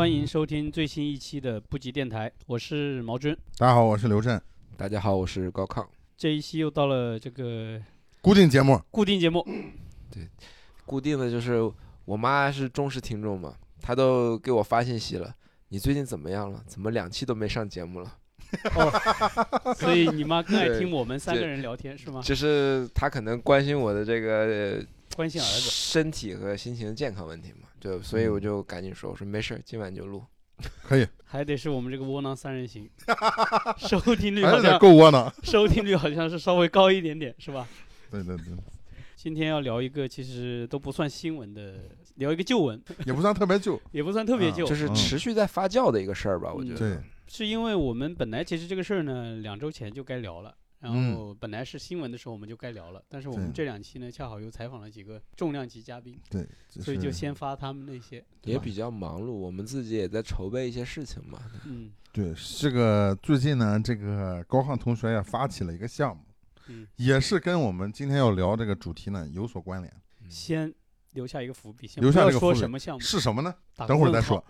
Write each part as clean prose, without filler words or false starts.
欢迎收听最新一期的不急电台，我是毛军。 大家好，我是刘震。 大家好，我是高亢。 这一期又到了这个固定节目， 对，固定的就是我妈是忠实听众嘛，她都给我发信息了，你最近怎么样了？怎么2期都没上节目了？ 哦，所以你妈更爱听我们3个人聊天是吗？ 就是她可能关心我的这个关心儿子身体和心情健康问题嘛，就所以我就赶紧说，我说没事，今晚就录。 可以， 还得是我们这个窝囊3人行，收听率还是得好像够窝囊， 收听率好像是稍微高一点点，是吧？ 对。 今天要聊一个其实都不算新闻的，聊一个旧闻， 也不算特别旧， 也不算特别旧， 就是持续在发酵的一个事儿吧，我觉得。 对， 是因为我们本来其实这个事儿呢，2周前就该聊了。然后本来是新闻的时候我们就该聊了，但是我们这2期呢恰好又采访了几个重量级嘉宾， 对， 所以就先发他们那些， 也比较忙碌，我们自己也在筹备一些事情嘛。 对，这个最近呢，这个高亢同学也发起了一个项目，也是跟我们今天要聊这个主题呢有所关联。 先留下一个伏笔，先留下这个说什么项目是什么呢？等会儿再说。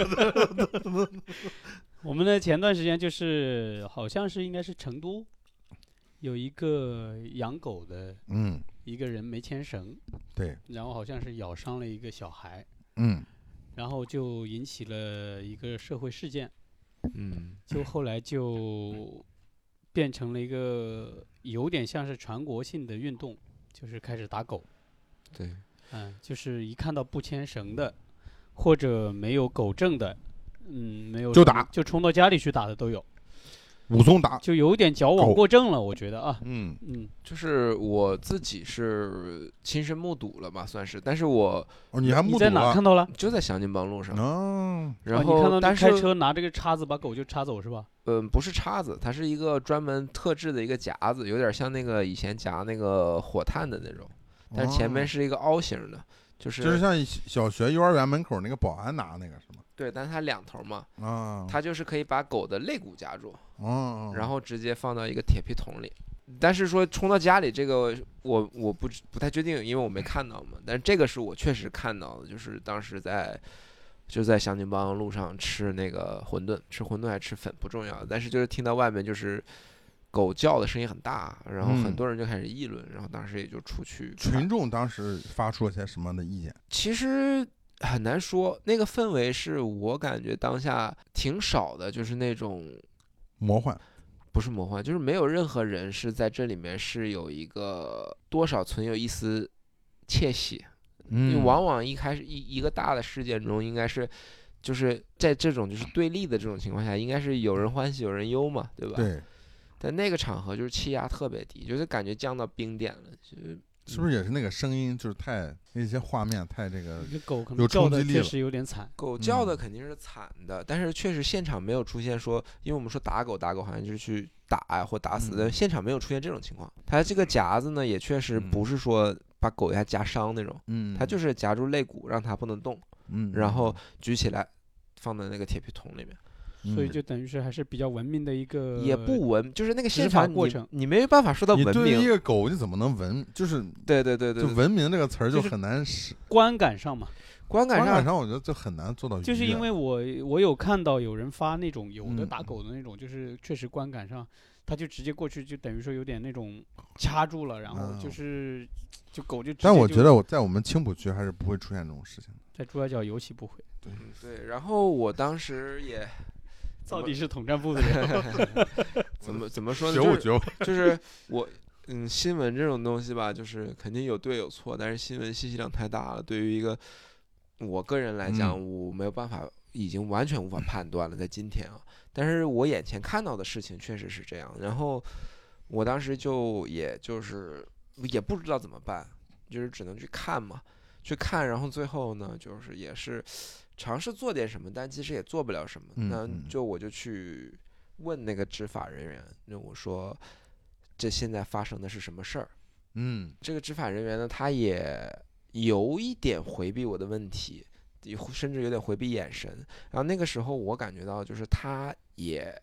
我们呢前段时间就是好像是应该是成都。有一个养狗的，一个人没牵绳， 对， 然后好像是咬伤了一个小孩，然后就引起了一个社会事件，就后来就变成了一个有点像是全国性的运动，就是开始打狗， 对， 就是一看到不牵绳的或者没有狗证的，没有就打， 就冲到家里去打的都有。 武松打就有点矫枉过正了，我觉得啊， 就是我自己是亲身目睹了吧，算是，但是你还目睹了？ 你在哪看到了？ 就在祥金帮路上。 你然后看到他开车拿这个叉子把狗就插走是吧？ 不是叉子，它是一个专门特制的一个夹子，有点像那个以前夹那个火炭的那种，但是前面是一个凹形的，就是像小学、幼儿园门口那个保安拿那个是吗？ 对，但是它2头嘛，它就是可以把狗的肋骨夹住，然后直接放到一个铁皮桶里。但是说冲到家里这个我不太确定，因为我没看到嘛。但是这个是我确实看到的，就是当时就在祥金帮路上吃那个馄饨，吃馄饨还是吃粉不重要，但是就是听到外面就是狗叫的声音很大，然后很多人就开始议论，然后当时也就出去。 群众当时发出了些什么的意见？ 其实很难说，那个氛围是我感觉当下挺少的，就是那种魔幻， 不是魔幻，就是没有任何人是在这里面是有一个多少存有一丝窃喜。因为往往一开始一个大的事件中，应该是就是在这种就是对立的这种情况下，应该是有人欢喜有人忧嘛，对吧？ 对。 但那个场合就是气压特别低，就是感觉降到冰点了， 是不是也是那个声音就是太那些画面太这个狗可能叫的确实有点惨， 狗叫的肯定是惨的，但是确实现场没有出现说，因为我们说打狗好像就是去打呀或打死的，现场没有出现这种情况。它这个夹子呢也确实不是说把狗给它夹伤那种，它就是夹住肋骨让它不能动，然后举起来放在那个铁皮桶里面。 所以就等于是还是比较文明的一个， 也不文，就是那个现场过程， 你没办法说到文明。 你对于一个狗，你怎么能文？就是对， 就文明这个词儿就很难使。 观感上嘛， 观感上我觉得就很难做到。 就是因为我有看到有人发那种有的打狗的那种，就是确实观感上，他就直接过去，就等于说有点那种掐住了，然后就狗就。 但我觉得在我们青浦区还是不会出现这种事情的， 在朱家角尤其不会。 对，然后我当时也。 到底是统战部的人， 怎么说呢？就是我，新闻这种东西吧，就是肯定有对有错，但是新闻信息量太大了，对于一个我个人来讲，我没有办法，已经完全无法判断了，在今天啊。但是我眼前看到的事情确实是这样，然后我当时也不知道怎么办，就是只能去看嘛，然后最后呢，就是也是。尝试做点什么，但其实也做不了什么。那我就去问那个执法人员，那我说这现在发生的是什么事儿？这个执法人员呢，他也有一点回避我的问题，甚至有点回避眼神。然后那个时候我感觉到，就是他也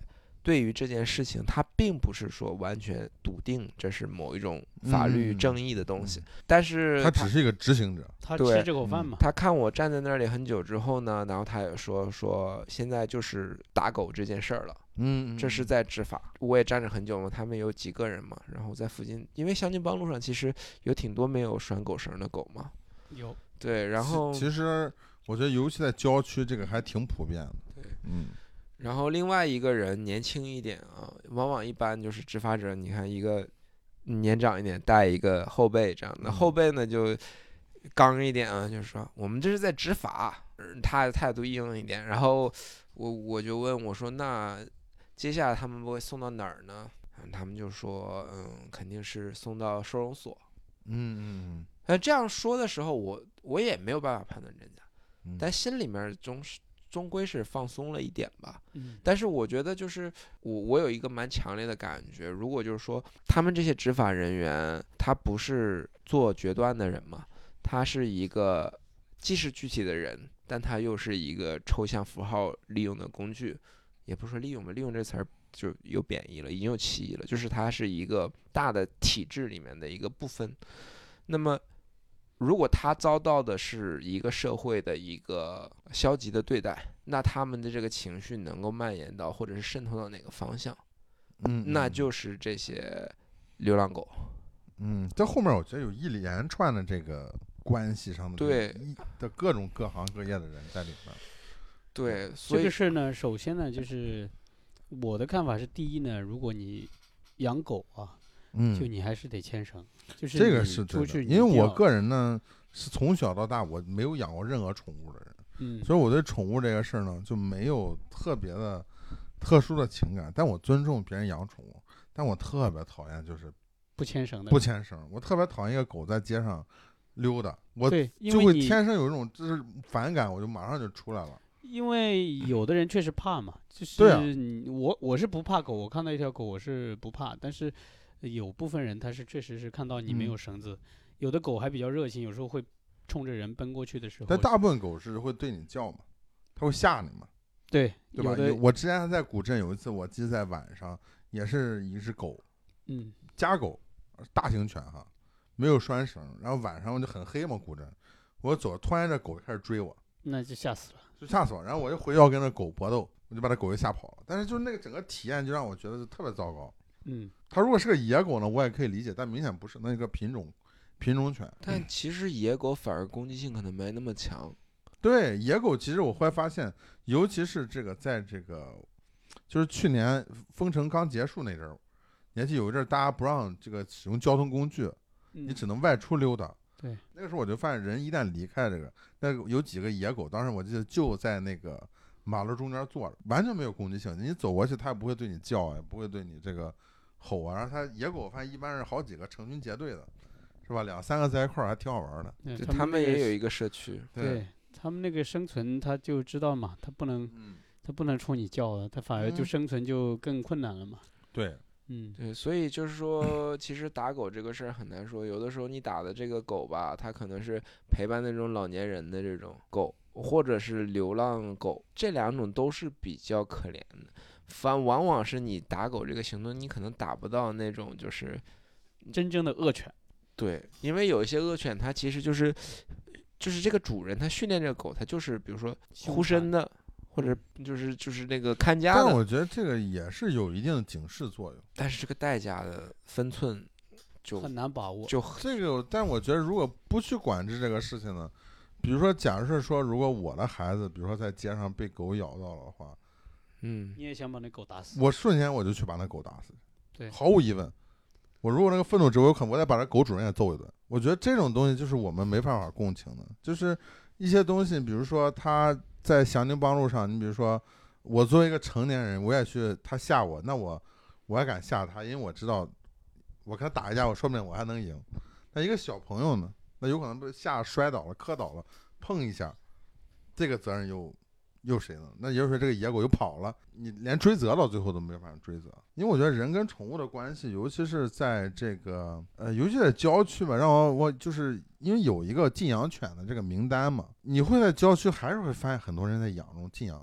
对于这件事情，他并不是说完全笃定这是某一种法律正义的东西，但是他只是一个执行者， 他吃这口饭嘛。 他看我站在那里很久之后呢，然后他也说现在就是打狗这件事儿了，这是在执法。我也站着很久嘛，他们有几个人嘛，然后在附近，因为祥金帮路上其实有挺多没有拴狗绳的狗嘛， 有， 对，然后其实我觉得尤其在郊区这个还挺普遍的， 对，然后另外一个人年轻一点啊，往往一般就是执法者，你看一个年长一点带一个后辈这样的，后辈呢就刚一点啊，就是说我们这是在执法，他的态度硬一点。然后我就问我说，那接下来他们会送到哪儿呢？他们就说肯定是送到收容所。这样说的时候，我也没有办法判断真假，但心里面终归是放松了一点吧。但是我觉得就是我有一个蛮强烈的感觉，如果就是说他们这些执法人员他不是做决断的人嘛，他是一个既是具体的人，但他又是一个抽象符号利用的工具，也不是说利用吧，利用这词儿就有贬义了，已经有歧义了，就是它是一个大的体制里面的一个部分。那么如果他遭到的是一个社会的一个消极的对待，那他们的这个情绪能够蔓延到或者是渗透到哪个方向？那就是这些流浪狗。 这后面我觉得有一连串的这个关系上的对的各种各行各业的人在里面。 对，所以这个事呢，首先呢，就是我的看法是，第一呢，如果你养狗啊，就你还是得牵绳。就是这个是出去， 因为我个人呢是从小到大我没有养过任何宠物的人，所以我对宠物这个事儿呢就没有特别的特殊的情感。但我尊重别人养宠物，但我特别讨厌就是不牵绳的。 不牵绳，我特别讨厌一个狗在街上溜达，我就会天生有一种就是反感，我就马上就出来了。 因为有的人确实怕嘛，就是我是不怕狗，我看到一条狗我是不怕，但是有部分人他是确实是看到你没有绳子，有的狗还比较热情，有时候会冲着人奔过去的时候。 但大部分狗是会对你叫嘛，它会吓你嘛， 对吧？我之前在古镇有一次，我记得在晚上也是一只狗，家狗，大型犬哈，没有拴绳，然后晚上我就很黑嘛，古镇，我走，突然这狗开始追我， 那就吓死了， 然后我就回要跟那狗搏斗，我就把这狗给吓跑了。但是就那个整个体验就让我觉得特别糟糕。它如果是个野狗呢，我也可以理解，但明显不是那个品种犬。 但其实野狗反而攻击性可能没那么强。 对，野狗其实我后来发现，尤其是这个在这个就是去年封城刚结束那阵儿，你还记得有一阵儿大家不让这个使用交通工具，你只能外出溜达。 对， 那个时候我就发现人一旦离开这个，那有几个野狗，当时我记得就在那个马路中间坐着，完全没有攻击性，你走过去它也不会对你叫，也不会对你这个吼啊。然后它野狗我发现一般是好几个成群结队的，是吧？2-3个在一块儿还挺好玩的。 他们也有一个社区， 对他们那个生存他就知道嘛，他不能冲你叫了，他反而就生存就更困难了嘛。 对。 对，所以就是说，其实打狗这个事儿很难说。有的时候你打的这个狗吧，它可能是陪伴那种老年人的这种狗，或者是流浪狗，这两种都是比较可怜的。往往是你打狗这个行动，你可能打不到那种就是真正的恶犬。 对，因为有一些恶犬，它其实就是这个主人他训练这个狗，他就是比如说护身的。或者就是那个看家的， 但我觉得这个也是有一定的警示作用， 但是这个代价的分寸就很难把握。 这个，但我觉得如果不去管制这个事情呢，比如说，假设说如果我的孩子，比如说在街上被狗咬到了的话， 你也想把那狗打死？ 我瞬间我就去把那狗打死， 对， 毫无疑问。我如果那个愤怒值，我有可能我得把这狗主人也揍一顿。我觉得这种东西就是我们没办法共情的，就是一些东西，比如说他在祥宁帮路上，你比如说我作为一个成年人，我也去他吓我，那我还敢吓他，因为我知道我跟他打一架，我说不定我还能赢。那一个小朋友呢，那有可能被吓摔倒了、磕倒了，碰一下，这个责任又谁呢？那也就是说这个野狗又跑了，你连追责到最后都没法追责。因为我觉得人跟宠物的关系，尤其是在这个尤其在郊区吧，让我就是因为有一个禁养犬的这个名单嘛，你会在郊区还是会发现很多人在养这种禁养犬，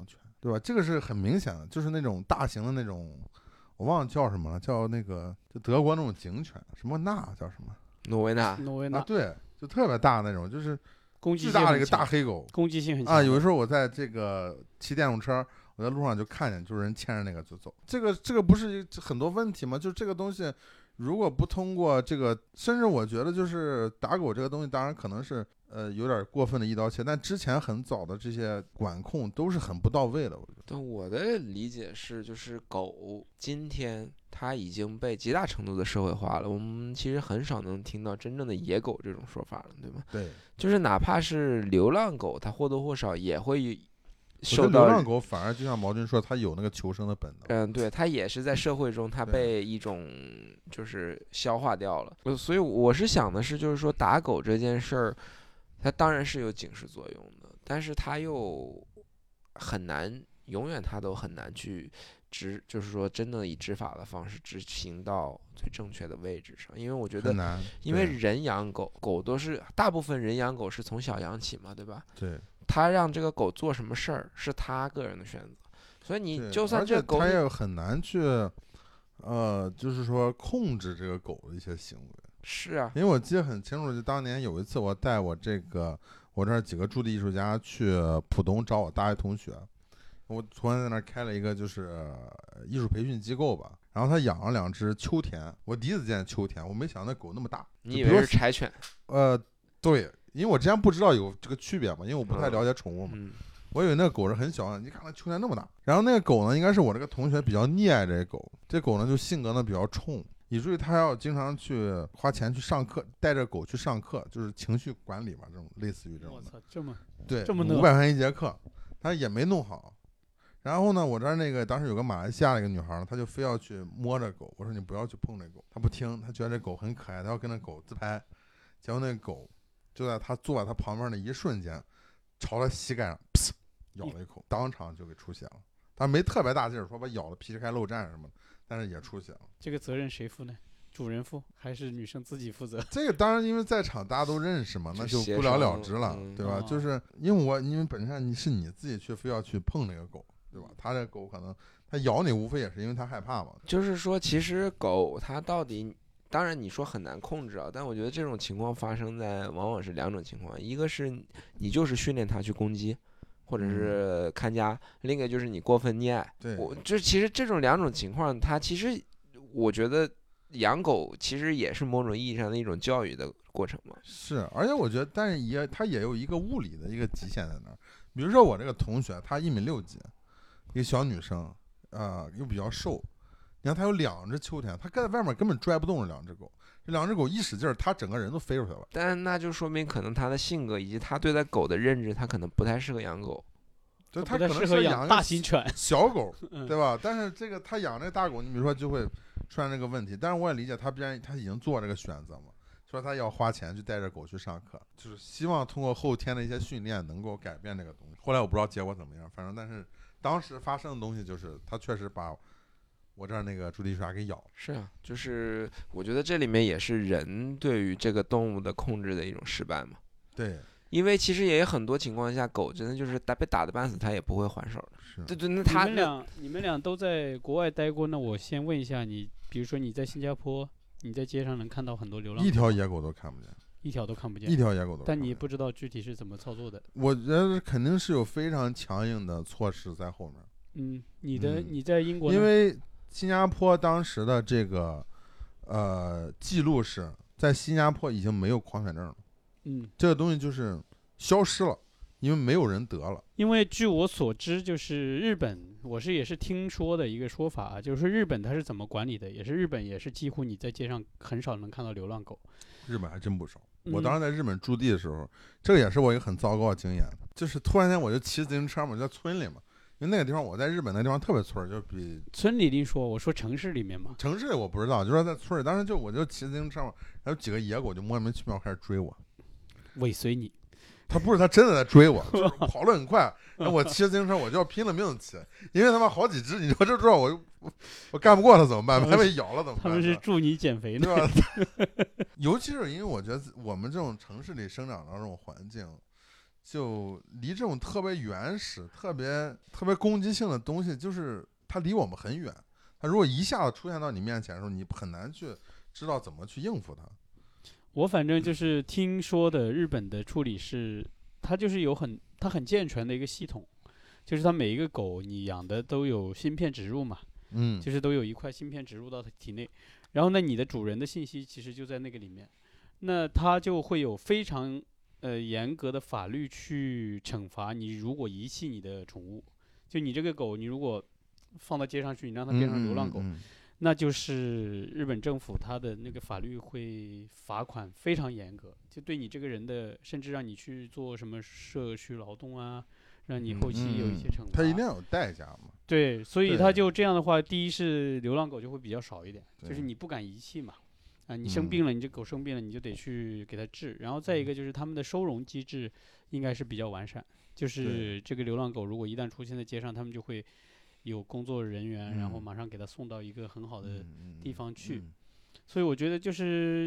对吧？这个是很明显的，就是那种大型的那种，我忘了叫什么了，叫那个就德国那种警犬，什么纳叫什么？ 挪威纳啊，对，就特别大那种，就是巨攻击性大的一个大黑狗， 攻击性很强啊。有的时候我在这个骑电动车，我在路上就看见，就是人牵着那个就走，这个不是很多问题吗？就这个东西。如果不通过这个，甚至我觉得就是打狗这个东西，当然可能是有点过分的一刀切，但之前很早的这些管控都是很不到位的。我觉得， 但我的理解是，就是狗今天它已经被极大程度的社会化了，我们其实很少能听到真正的野狗这种说法了，对吗？ 对， 就是哪怕是流浪狗，它或多或少也会受到。 流浪狗反而就像毛军说，它有那个求生的本能。 对，它也是在社会中，它被一种就是消化掉了。所以我是想的是，就是说打狗这件事儿，它当然是有警示作用的，但是它又很难，永远它都很难去就是说真的以执法的方式执行到最正确的位置上。因为我觉得，因为人养狗，狗都是大部分人养狗是从小养起嘛，对吧？ 对。 他让这个狗做什么事儿是他个人的选择，所以你就算这个狗， 他也很难去，就是说控制这个狗的一些行为。 是啊， 因为我记得很清楚，就当年有一次我带我这几个驻地艺术家去浦东找我大学同学，我突然在那儿开了一个就是艺术培训机构吧，然后他养了2只秋田，我第一次见秋田，我没想到那狗那么大。 你以为是柴犬？ 对。因为我之前不知道有这个区别嘛，因为我不太了解宠物嘛，我以为那个狗是很小的，你看那秋田那么大。然后那个狗呢，应该是我这个同学比较溺爱这个狗，这狗呢就性格呢比较冲，以至于他要经常去花钱去上课，带着狗去上课，就是情绪管理嘛，这种类似于这种的。 我操，这么对，500块钱1节课，他也没弄好。然后呢，我这儿那个当时有个马来西亚的一个女孩，她就非要去摸着狗，我说你不要去碰这狗，她不听，她觉得这狗很可爱，她要跟那狗自拍，结果那个狗。就在他坐在他旁边的一瞬间，朝他膝盖上咬了一口，当场就给出血了。他没特别大劲儿，说把咬的皮开肉绽什么的，但是也出血了。 这个责任谁负呢？主人负还是女生自己负责？ 这个当然，因为在场大家都认识嘛，那就不了了之了，对吧？就是因为本身你是你自己非要去碰那个狗，对吧？他这狗可能他咬你，无非也是因为他害怕嘛。 就是说，其实狗它到底。当然，你说很难控制啊，但我觉得这种情况发生在往往是2种情况，一个是你就是训练它去攻击，或者是看家；另一个就是你过分溺爱。 对， 其实这种2种情况，它其实我觉得养狗其实也是某种意义上的一种教育的过程嘛。 是，而且我觉得，但是它也有一个物理的一个极限在那儿。比如说我这个同学，她1.6米，一个小女生，又比较瘦。你看他有2只秋田，他在外面根本拽不动这2只狗，这2只狗一使劲儿，他整个人都飞出去了。 但那就说明可能他的性格以及他对待狗的认知，他可能不太适合养狗。 就他可能适合养大型犬、 小狗，对吧？但是这个他养这个大狗，你比如说就会出现这个问题。但是我也理解他，毕竟他已经做这个选择嘛，说他要花钱去带着狗去上课，就是希望通过后天的一些训练能够改变这个东西。后来我不知道结果怎么样，反正但是当时发生的东西就是他确实把我这儿那个驻地艺术家给咬。是啊，就是我觉得这里面也是人对于这个动物的控制的一种失败嘛。 对， 因为其实也有很多情况下，狗真的就是被打得半死，它也不会还手的。 是， 对，那你们俩都在国外待过，那我先问一下你，比如说你在新加坡，你在街上能看到很多流浪狗， 一条野狗都看不见， 一条都看不见， 一条野狗都看不见。 但你不知道具体是怎么操作的。 我觉得肯定是有非常强硬的措施在后面。 你在英国呢？ 因为新加坡当时的这个记录是在新加坡已经没有狂犬症了，这个东西就是消失了，因为没有人得了。 因为据我所知，就是日本，也是听说的一个说法，就是日本它是怎么管理的，日本也是几乎你在街上很少能看到流浪狗。 日本还真不少。我当时在日本驻地的时候，这个也是我一个很糟糕的经验，就是突然间我就骑自行车嘛，就在村里嘛。因为那个地方，我在日本那地方特别村，就比村里你说，我说城市里面嘛。 城市里我不知道，就说在村里，当时我就骑自行车嘛，还有几个野狗就莫名其妙开始追我， 尾随你。 他不是，他真的在追我，就是跑得很快。然后我骑自行车，我就要拼了命的骑，因为他妈好几只，你说这知道我干不过他怎么办？还被咬了怎么办？ 他们是助你减肥呢， 对吧？尤其是因为我觉得我们这种城市里生长的这种环境， 就离这种特别原始、特别攻击性的东西，就是它离我们很远。它如果一下子出现到你面前的时候，你很难去知道怎么去应付它。 我反正就是听说的日本的处理是，它就是它很健全的一个系统，就是它每一个狗你养的都有芯片植入嘛，就是都有一块芯片植入到它体内，然后呢，你的主人的信息其实就在那个里面，那它就会有非常严格的法律去惩罚你，如果遗弃你的宠物，就你这个狗，你如果放到街上去，你让它变成流浪狗。那就是日本政府它的那个法律会罚款非常严格，就对你这个人的，甚至让你去做什么社区劳动啊，让你后期有一些惩罚。 它一定要有代价嘛。 对，所以它就这样的话，第一是流浪狗就会比较少一点，就是你不敢遗弃嘛，你生病了，你这狗生病了，你就得去给它治。然后再一个就是他们的收容机制应该是比较完善，就是这个流浪狗如果一旦出现在街上，他们就会有工作人员，然后马上给他送到一个很好的地方去。所以我觉得就是，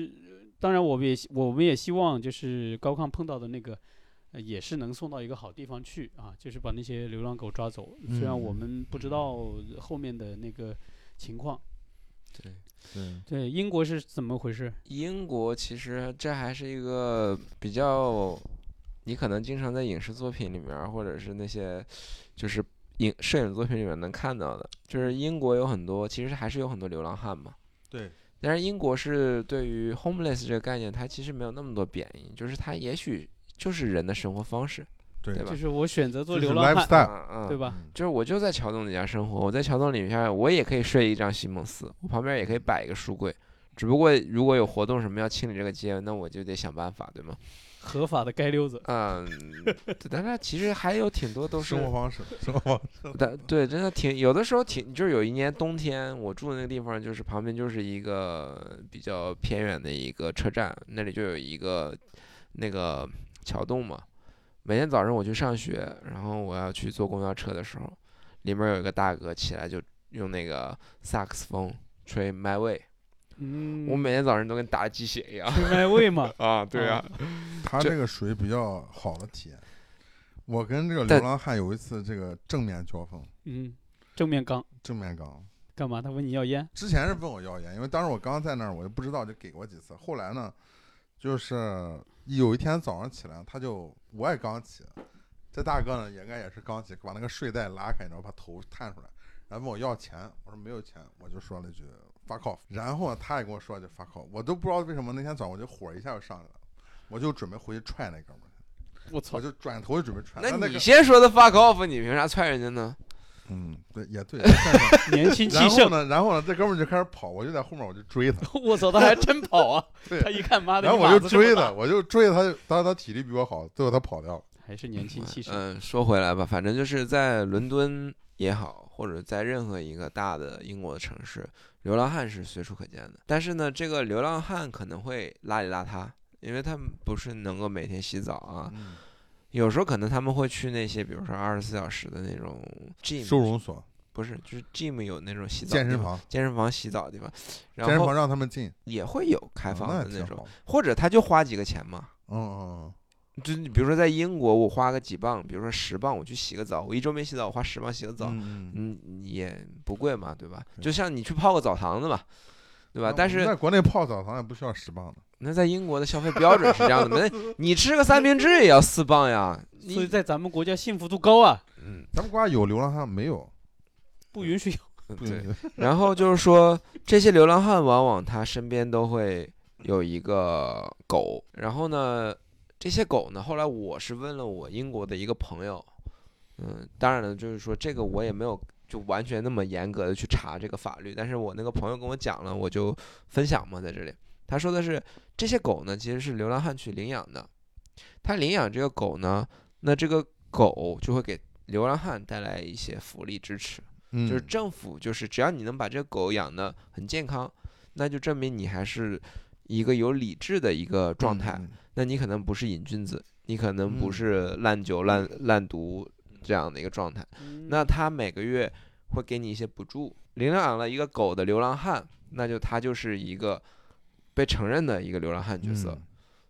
当然我们也希望就是高亢碰到的那个，也是能送到一个好地方去啊，就是把那些流浪狗抓走。虽然我们不知道后面的那个情况。对，英国是怎么回事？ 英国其实这还是一个比较，你可能经常在影视作品里面，或者是那些就是摄影作品里面能看到的，就是英国有很多，其实还是有很多流浪汉嘛。 对。 但是英国是对于 homeless 这个概念，它其实没有那么多贬义，就是它也许就是人的生活方式，对吧？ 就是我选择做流浪汉，对吧？ 就是我就在桥洞底下生活，我在桥洞里面，我也可以睡一张席梦思，我旁边也可以摆一个书柜，只不过如果有活动什么要清理这个街，那我就得想办法，对吗？ 合法的街溜子， 但它其实还有挺多都是生活方式。 对，真的有的时候就是有一年冬天，我住的那个地方就是旁边就是一个比较偏远的一个车站，那里就有一个那个桥洞嘛。每天早上我去上学，然后我要去坐公交车的时候，里面有一个大哥起来就用那个萨克斯风吹 My Way。我每天早上都跟打了鸡血一样。 吹麦味嘛？ 对啊， 他这个属于比较好的体验。我跟这个流浪汉有一次这个正面交锋。 正面刚。 干嘛？他问你要烟？ 之前是问我要烟，因为当时我刚在那儿，我就不知道，就给过几次。后来呢，就是有一天早上起来，我也刚起，这大哥呢应该也是刚起，把那个睡袋拉开，然后把头探出来，然后问我要钱，我说没有钱，我就说了一句fuck off，然后他也跟我说就 fuck off，我都不知道为什么那天早上我就火一下就上来了，我就准备回去踹那哥们儿， 我操， 我就转头就准备踹。 那你先说的 fuck off， 你凭啥踹人家呢？ 对，也对， 年轻气盛。 然后呢，这哥们儿就开始跑，我就在后面，我就追他。 我操，他还真跑啊！他一看妈的， 然后我就追他，他体力比我好，最后他跑掉了。 还是年轻气盛。 说回来吧，反正就是在伦敦也好，或者在任何一个大的英国的城市，流浪汉是随处可见的。但是呢，这个流浪汉可能会邋里邋遢，因为他们不是能够每天洗澡啊。有时候可能他们会去那些，比如说24小时的那种 gym 收容所， 不是，就是 gym 有那种洗澡健身房洗澡的地方， 然后健身房让他们进， 也会有开放的那种，或者他就花几个钱嘛。就你比如说在英国，我花个几磅，比如说10磅，我去洗个澡，我一周没洗澡，我花10磅洗个澡，也不贵嘛，对吧？就像你去泡个澡堂子嘛，对吧？但是在国内泡澡堂也不需要10磅的。 那在英国的消费标准是这样的，你吃个三明治也要4磅呀。 所以在咱们国家幸福度高啊。 咱们国家有流浪汉没有？ 不允许有。 对。然后就是说，这些流浪汉往往他身边都会有一个狗，然后呢，这些狗呢，后来我是问了我英国的一个朋友，当然了，就是说这个我也没有就完全那么严格的去查这个法律，但是我那个朋友跟我讲了，我就分享嘛，在这里。他说的是，这些狗呢其实是流浪汉去领养的，他领养这个狗呢，那这个狗就会给流浪汉带来一些福利支持，就是政府就是只要你能把这个狗养得很健康，那就证明你还是一个有理智的一个状态，那你可能不是瘾君子，你可能不是烂酒烂毒这样的一个状态，那他每个月会给你一些补助。领养了一个狗的流浪汉，那就他就是一个被承认的一个流浪汉角色，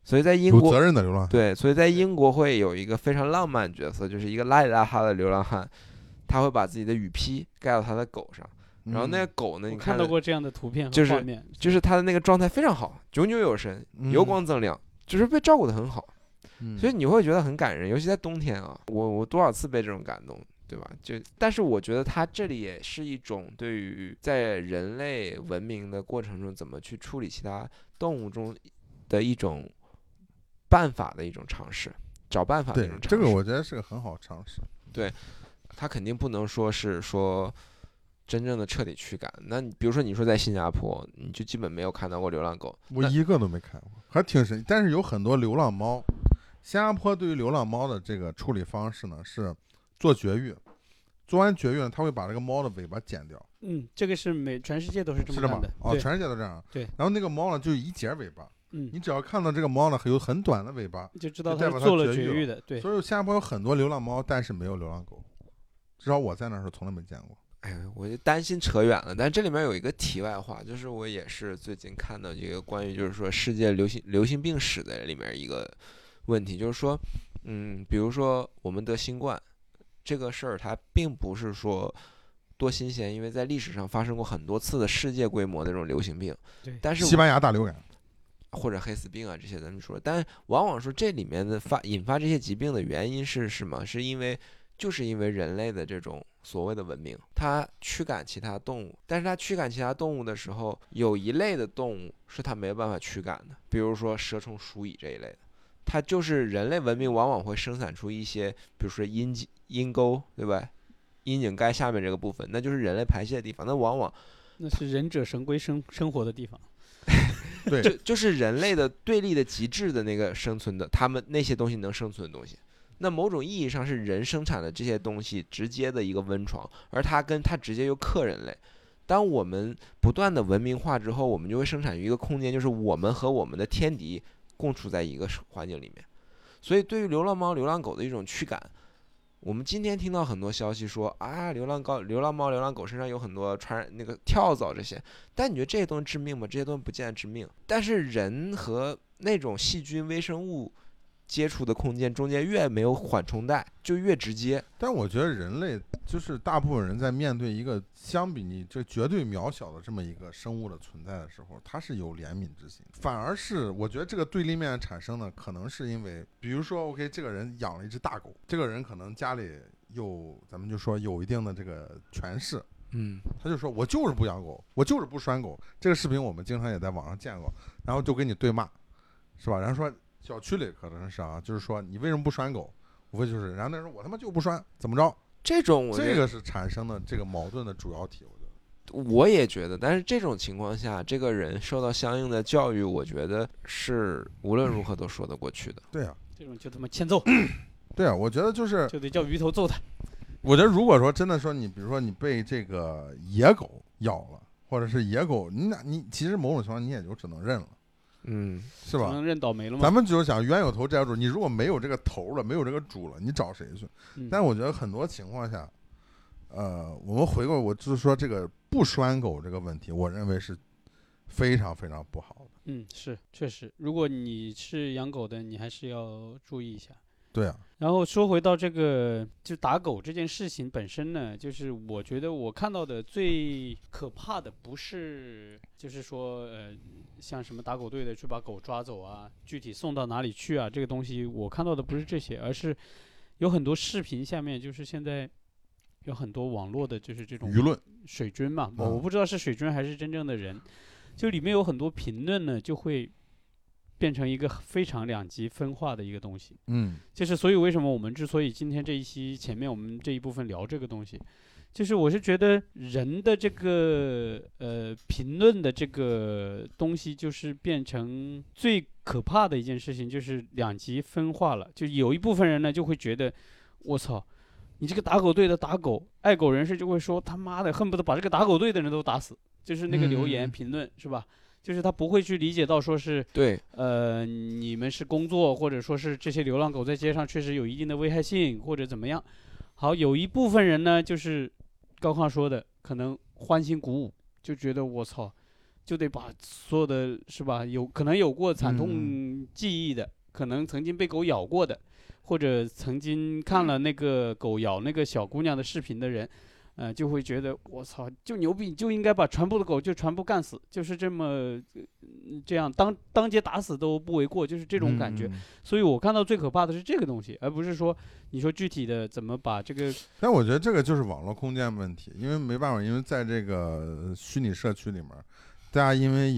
所以在英国有责任的流浪汉， 对，所以在英国会有一个非常浪漫角色，就是一个邋里邋遢的流浪汉，他会把自己的雨披盖到他的狗上，然后那个狗呢，你看到过这样的图片和画面， 就是他的那个状态非常好，炯炯有神，油光锃亮，就是被照顾得很好，所以你会觉得很感人，尤其在冬天啊，我多少次被这种感动。对吧？但是我觉得它这里也是一种对于在人类文明的过程中怎么去处理其他动物中的一种办法的一种尝试，找办法的一种尝试。 这个我觉得是个很好尝试。 对，它肯定不能说是说真正的彻底驱赶。那你比如说你说在新加坡，你就基本没有看到过流浪狗， 我一个都没看过，还挺神奇。但是有很多流浪猫，新加坡对于流浪猫的这个处理方式呢是。做绝育，做完绝育呢，他会把这个猫的尾巴剪掉。 这个是全世界都是这么干的。 哦，全世界都这样。 对。 然后那个猫呢，就一截尾巴。你只要看到这个猫呢，有很短的尾巴， 就知道它是做了绝育的。对。 所以新加坡有很多流浪猫，但是没有流浪狗，至少我在那儿时候从来没见过。 哎，我就担心扯远了，但这里面有一个题外话，就是我也是最近看到一个关于就是说世界流行病史的里面一个问题，就是说，比如说我们得新冠。这个事儿它并不是说多新鲜，因为在历史上发生过很多次的世界规模的这种流行病。 对， 但是西班牙大流感或者黑死病啊这些咱们说，但往往说这里面的引发这些疾病的原因是什么？就是因为人类的这种所谓的文明，它驱赶其他动物，但是它驱赶其他动物的时候，有一类的动物是它没有办法驱赶的，比如说蛇虫鼠蚁这一类的。它就是人类文明往往会生产出一些，比如说阴沟，对吧？阴茎盖下面这个部分，那就是人类排泄的地方。那往往那是忍者神龟生活的地方。 对， 就是人类的对立的极致的那个生存的，他们那些东西能生存的东西。那某种意义上是人生产的这些东西直接的一个温床，而它直接又克人类。当我们不断的文明化之后，我们就会生产于一个空间，就是我们和我们的天敌共处在一个环境里面，所以对于流浪猫、流浪狗的一种驱赶，我们今天听到很多消息说啊，流浪猫、流浪狗身上有很多传染那个跳蚤这些，但你觉得这些东西致命吗？这些东西不见得致命，但是人和那种细菌、微生物接触的空间中间越没有缓冲带，就越直接。 但我觉得人类就是大部分人在面对一个相比你这绝对渺小的这么一个生物的存在的时候，他是有怜悯之心，反而是我觉得这个对立面产生的可能是因为，比如说 OK， 这个人养了一只大狗，这个人可能家里咱们就说有一定的这个权势，他就说我就是不养狗，我就是不拴狗。这个视频我们经常也在网上见过，然后就跟你对骂，是吧？然后说小区里可能是啊，就是说你为什么不拴狗？无非就是，然后那人说我他妈就不拴，怎么着？ 这个是产生的这个矛盾的主要体，我觉得。我也觉得，但是这种情况下，这个人受到相应的教育，我觉得是无论如何都说得过去的。 对啊， 这种就他妈欠揍。 对啊，我觉得就得叫鱼头揍他。 我觉得如果说真的说你，比如说你被这个野狗咬了，或者是野狗，你其实某种情况你也就只能认了。是吧？ 能认倒霉了吗？ 咱们就是想冤有头债有主，你如果没有这个头了，没有这个主了，你找谁去？但我觉得很多情况下，我们回过，我就是说这个不拴狗这个问题，我认为是非常非常不好的。 是确实，如果你是养狗的，你还是要注意一下。 对啊。 然后说回到这个就打狗这件事情本身呢，就是我觉得我看到的最可怕的不是就是说像什么打狗队的去把狗抓走啊，具体送到哪里去啊，这个东西我看到的不是这些，而是有很多视频下面就是现在有很多网络的就是这种舆论水军嘛，我不知道是水军还是真正的人，就里面有很多评论呢就会变成一个非常两极分化的一个东西。就是所以为什么我们之所以今天这一期前面我们这一部分聊这个东西，就是我是觉得人的这个评论的这个东西就是变成最可怕的一件事情，就是两极分化了。就有一部分人呢就会觉得我操，你这个打狗队的打狗，爱狗人士就会说他妈的恨不得把这个打狗队的人都打死，就是那个留言评论是吧？就是他不会去理解到说是对， 你们是工作，或者说是这些流浪狗在街上确实有一定的危害性，或者怎么样。好，有一部分人呢，就是高亢说的，可能欢欣鼓舞，就觉得我操，就得把所有的是吧，可能有过惨痛经记忆的，可能曾经被狗咬过的，或者曾经看了那个狗咬那个小姑娘的视频的人，就会觉得我操，就牛逼，就应该把全部的狗就全部干死，就是这样当街打死都不为过，就是这种感觉。所以我看到最可怕的是这个东西，而不是说你说具体的怎么把这个。 但我觉得这个就是网络空间问题，因为没办法，因为在这个虚拟社区里面，大家因为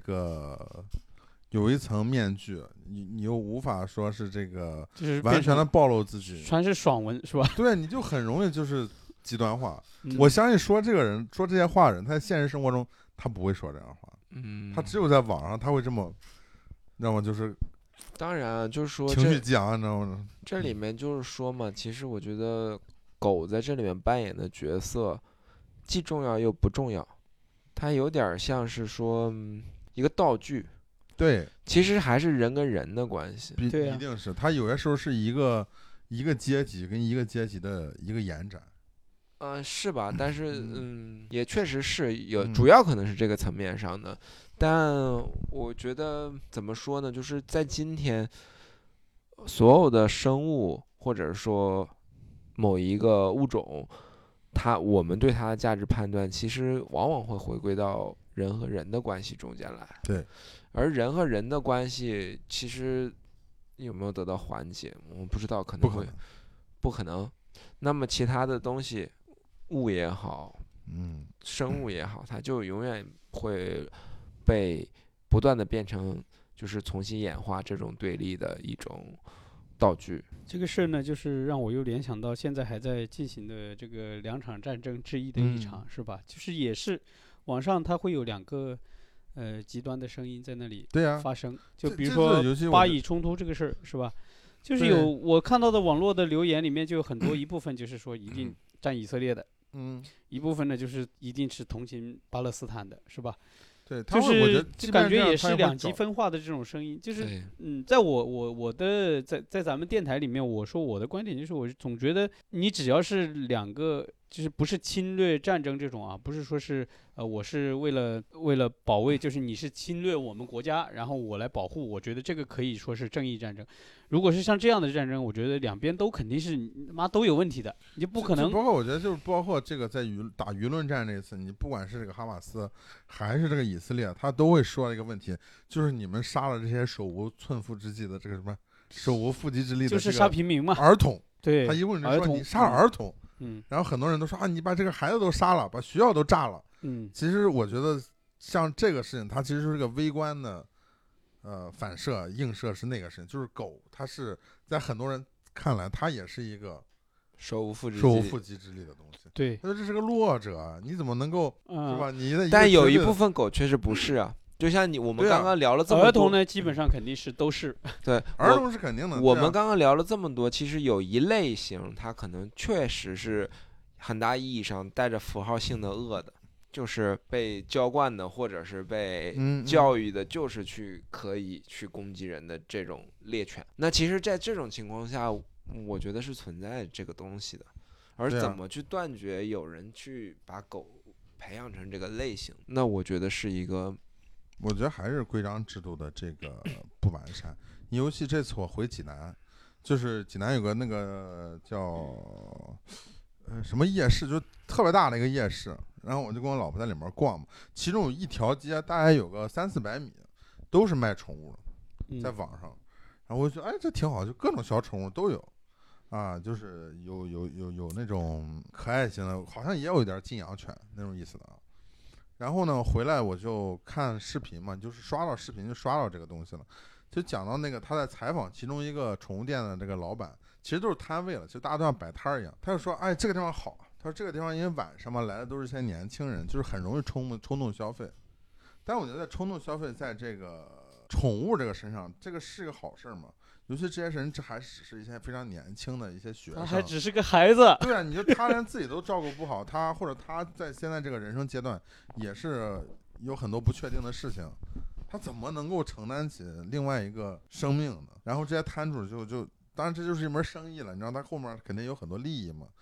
有一层面具，你又无法说是这个就是完全的暴露自己， 全是爽文是吧？ 对，你就很容易就是极端化。我相信说这个人说这些话的人，他在现实生活中他不会说这样的话，他只有在网上他会这么，让我就是。 当然，就是说情绪激昂，你知道吗？ 这里面就是说嘛，其实我觉得狗在这里面扮演的角色，既重要又不重要，它有点像是说一个道具。 对， 其实还是人跟人的关系。 对一定是。它有些时候是一个阶级跟一个阶级的一个延展。 是吧？但是也确实是有，主要可能是这个层面上的。但我觉得怎么说呢？就是在今天，所有的生物或者说某一个物种，我们对它的价值判断，其实往往会回归到人和人的关系中间来。 对。 而人和人的关系，其实有没有得到缓解，我不知道，可能会不可能。那么其他的东西，物也好，生物也好，它就永远会被不断的变成就是重新演化这种对立的一种道具。 这个事呢，就是让我又联想到现在还在进行的这个2场战争之一的一场，是吧？就是也是网上它会有2个极端的声音在那里发生，就比如说巴以冲突这个事儿，是吧？就是我看到的网络的留言里面就有很多一部分就是说一定站以色列的，一部分呢就是一定是同情巴勒斯坦的，是吧？ 对， 就是感觉也是2极分化的这种声音，就是在我的在咱们电台里面，我说我的观点就是，我总觉得你只要是2个，就是不是侵略战争这种啊，不是说是我是为了保卫，就是你是侵略我们国家，然后我来保护，我觉得这个可以说是正义战争。如果是像这样的战争，我觉得2边都肯定是妈都有问题的，你就不可能。 包括我觉得就是包括这个在打舆论战这次，你不管是这个哈马斯还是这个以色列，他都会说一个问题，就是你们杀了这些手无寸富之计的这个什么手无缚鸡之力的， 就是杀平民嘛， 儿童。 对， 他一问人说你杀儿童，然后很多人都说你把这个孩子都杀了，把学校都炸了。其实我觉得像这个事情，它其实是个微观的。反射映射是那个事情，就是狗，它是在很多人看来，它也是一个手无缚鸡之力的东西。 对， 他说这是个弱者，你怎么能够是吧？ 但有一部分狗确实不是啊，就像我们刚刚聊了这么多， 儿童呢，基本上肯定是都是。 对， 儿童是肯定的。 我们刚刚聊了这么多，其实有一类型，它可能确实是很大意义上带着符号性的恶的。就是被浇灌的，或者是被教育的，就是可以去攻击人的这种猎犬。那其实，在这种情况下，我觉得是存在这个东西的。而怎么去断绝有人去把狗培养成这个类型，那我觉得是一个， 我觉得还是规章制度的这个不完善。尤其这次我回济南，就是济南有个那个叫什么夜市，就特别大的一个夜市。然后我就跟我老婆在里面逛嘛，其中有一条街大概有个300-400米，都是卖宠物的，在网上。然后我就觉得这挺好，就各种小宠物都有，就是有那种可爱型的，好像也有一点禁养犬那种意思的啊。然后呢，回来我就看视频嘛，就是刷到视频就刷到这个东西了，就讲到那个他在采访其中一个宠物店的这个老板，其实都是摊位了，就大家都像摆摊一样。他就说，这个地方好。他说这个地方因为晚上嘛来的都是些年轻人，就是很容易冲动消费。但我觉得在冲动消费在这个宠物这个身上，这个是个好事嘛。尤其这些人，这还只是一些非常年轻的一些学生， 他还只是个孩子。 对啊，你说他连自己都照顾不好，或者他在现在这个人生阶段也是有很多不确定的事情，他怎么能够承担起另外一个生命呢？然后这些摊主就当然这就是一门生意了，你知道他后面肯定有很多利益嘛。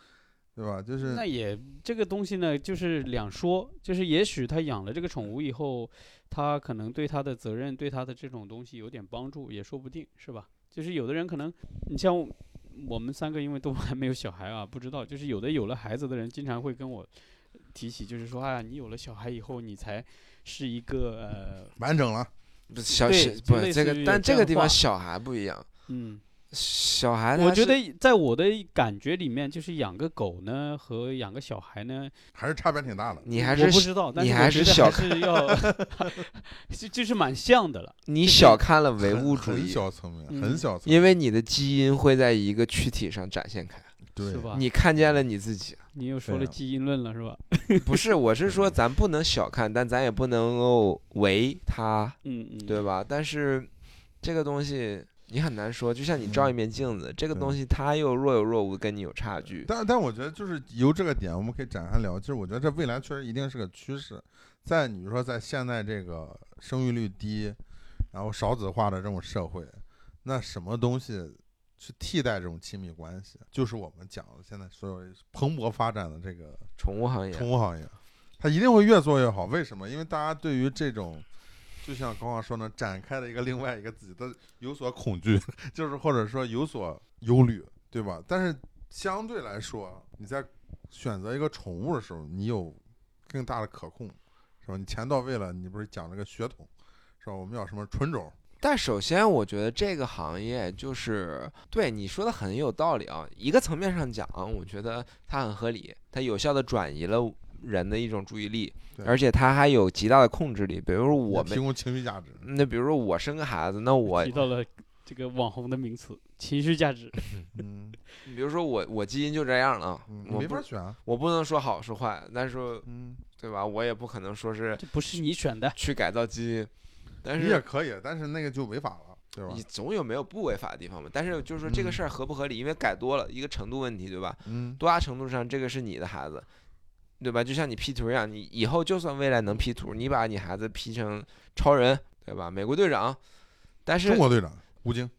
对吧？就是那也这个东西呢，就是两说，就是也许他养了这个宠物以后，他可能对他的责任，对他的这种东西有点帮助，也说不定，是吧？就是有的人可能，你像我们3个，因为都还没有小孩啊，不知道，就是有了孩子的人，经常会跟我提起，就是说，哎呀，你有了小孩以后，你才是一个完整了。 不这个，但这个地方小孩不一样，小孩， 我觉得在我的感觉里面，就是养个狗呢和养个小孩呢， 还是差别挺大的。 你还是我不知道，但是还是小是要，就是蛮像的了。 你小看了唯物主义， 很小层面，很小层面， 因为你的基因会在一个躯体上展现开， 对， 是吧？ 你看见了你自己。 你又说了基因论了，是吧？ 不是，我是说咱不能小看，但咱也不能够为它，对吧？但是这个东西。你很难说，就像你照一面镜子，这个东西它又若有若无，跟你有差距。 但我觉得就是由这个点，我们可以展开聊。就是我觉得这未来确实一定是个趋势。在你说在现在这个生育率低，然后少子化的这种社会，那什么东西去替代这种亲密关系？就是我们讲的现在所有蓬勃发展的这个宠物行业， 它一定会越做越好。为什么？因为大家对于这种。就像刚刚说呢，展开了另外一个自己的有所恐惧，就是或者说有所忧虑，对吧？但是相对来说，你在选择一个宠物的时候，你有更大的可控，是吧？你钱到位了，你不是讲这个血统，是吧？我们要什么纯种？ 但首先，我觉得这个行业就是对你说的很有道理啊。一个层面上讲，我觉得它很合理，它有效的转移了人的一种注意力，而且它还有极大的控制力。比如说我们提供情绪价值， 那比如说我生个孩子，那我提到了这个网红的名词情绪价值。 比如说我基因就这样了，我没法选， 我不能说好是坏，但是对吧？我也不可能说是这不是你选的去改造基因，但是你也可以，但是那个就违法了。对吧？ 你总有没有不违法的地方嘛？但是就是说这个事儿合不合理，因为改多了一个程度问题，对吧？多大程度上这个是你的孩子。对吧？就像你 P 图一样，你以后就算未来能 P 图，你把你孩子 P 成超人，对吧？美国队长，但是中国队长吴京，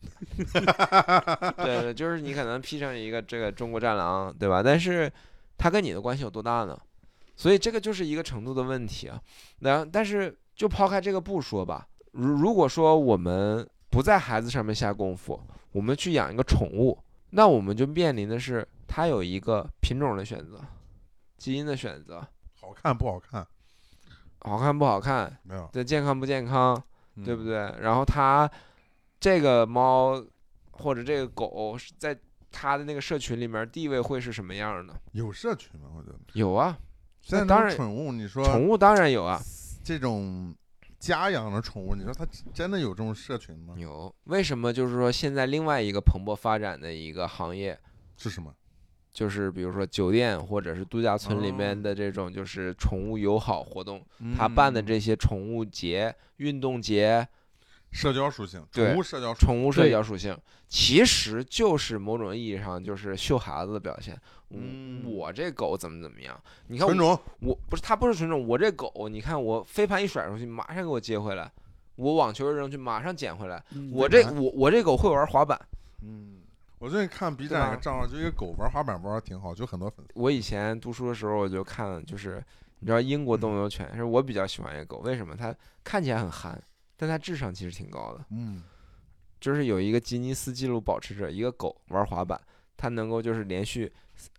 对，就是你可能 P 成一个这个中国战狼，对吧？但是他跟你的关系有多大呢？所以这个就是一个程度的问题啊。但是就抛开这个不说吧，如果说我们不在孩子上面下功夫，我们去养一个宠物，那我们就面临的是它有一个品种的选择。基因的选择， 好看不好看， 好看不好看， 没有， 对，健康不健康，对不对？然后它这个猫或者这个狗在它的那个社群里面地位会是什么样的？ 有社群吗？我觉得有啊。 现在当然宠物，你说宠物当然有啊。 这种家养的宠物，你说它真的有这种社群吗？ 有。为什么？就是说现在另外一个蓬勃发展的一个行业是什么？ 就是比如说酒店或者是度假村里面的这种就是宠物友好活动，他办的这些宠物节、运动节， 社交属性， 对， 宠物社交属性，其实就是某种意义上就是秀孩子的表现。我这狗怎么样？你看纯种， 我不是，它不是纯种，我这狗，你看我飞盘一甩出去，马上给我接回来；我网球扔去，马上捡回来。我这狗会玩滑板。 我最近看 B 站一个账号，就一个狗玩滑板玩的挺好，就很多粉丝。 我以前读书的时候我就看，就是你知道英国斗牛犬，是我比较喜欢一个狗，为什么？它看起来很憨，但它智商其实挺高的。就是有一个吉尼斯纪录保持者，一个狗玩滑板，它能够就是连续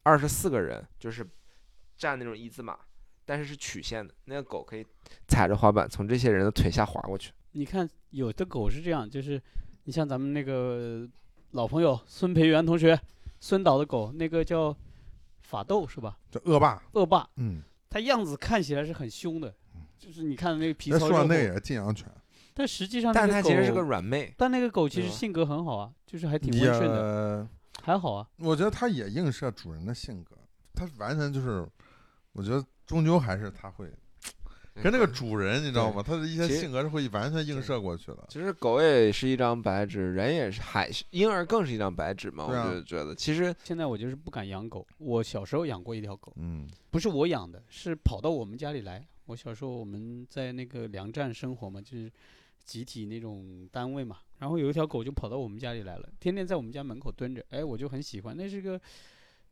24个人就是站那种一字马，但是是曲线的，那个狗可以踩着滑板从这些人的腿下滑过去。 你看有的狗是这样，就是你像咱们那个老朋友孙培元同学，孙导的狗，那个叫法斗是吧？ 叫恶霸。 它样子看起来是很凶的，就是你看那个皮糙肉厚。 那也是禁养犬， 但实际上但它其实是个软妹。 但那个狗其实性格很好啊，就是还挺温顺的，还好啊。 我觉得它也映射主人的性格，它完全就是，我觉得终究还是它会。跟那个主人，你知道吗？他的一些性格是会完全映射过去的。 其实狗也是一张白纸，人也是，婴儿更是一张白纸嘛。我就觉得，其实现在我就是不敢养狗。我小时候养过一条狗，不是我养的，是跑到我们家里来。我小时候我们在那个粮站生活嘛，就是集体那种单位嘛。然后有一条狗就跑到我们家里来了，天天在我们家门口蹲着。哎，我就很喜欢，那是个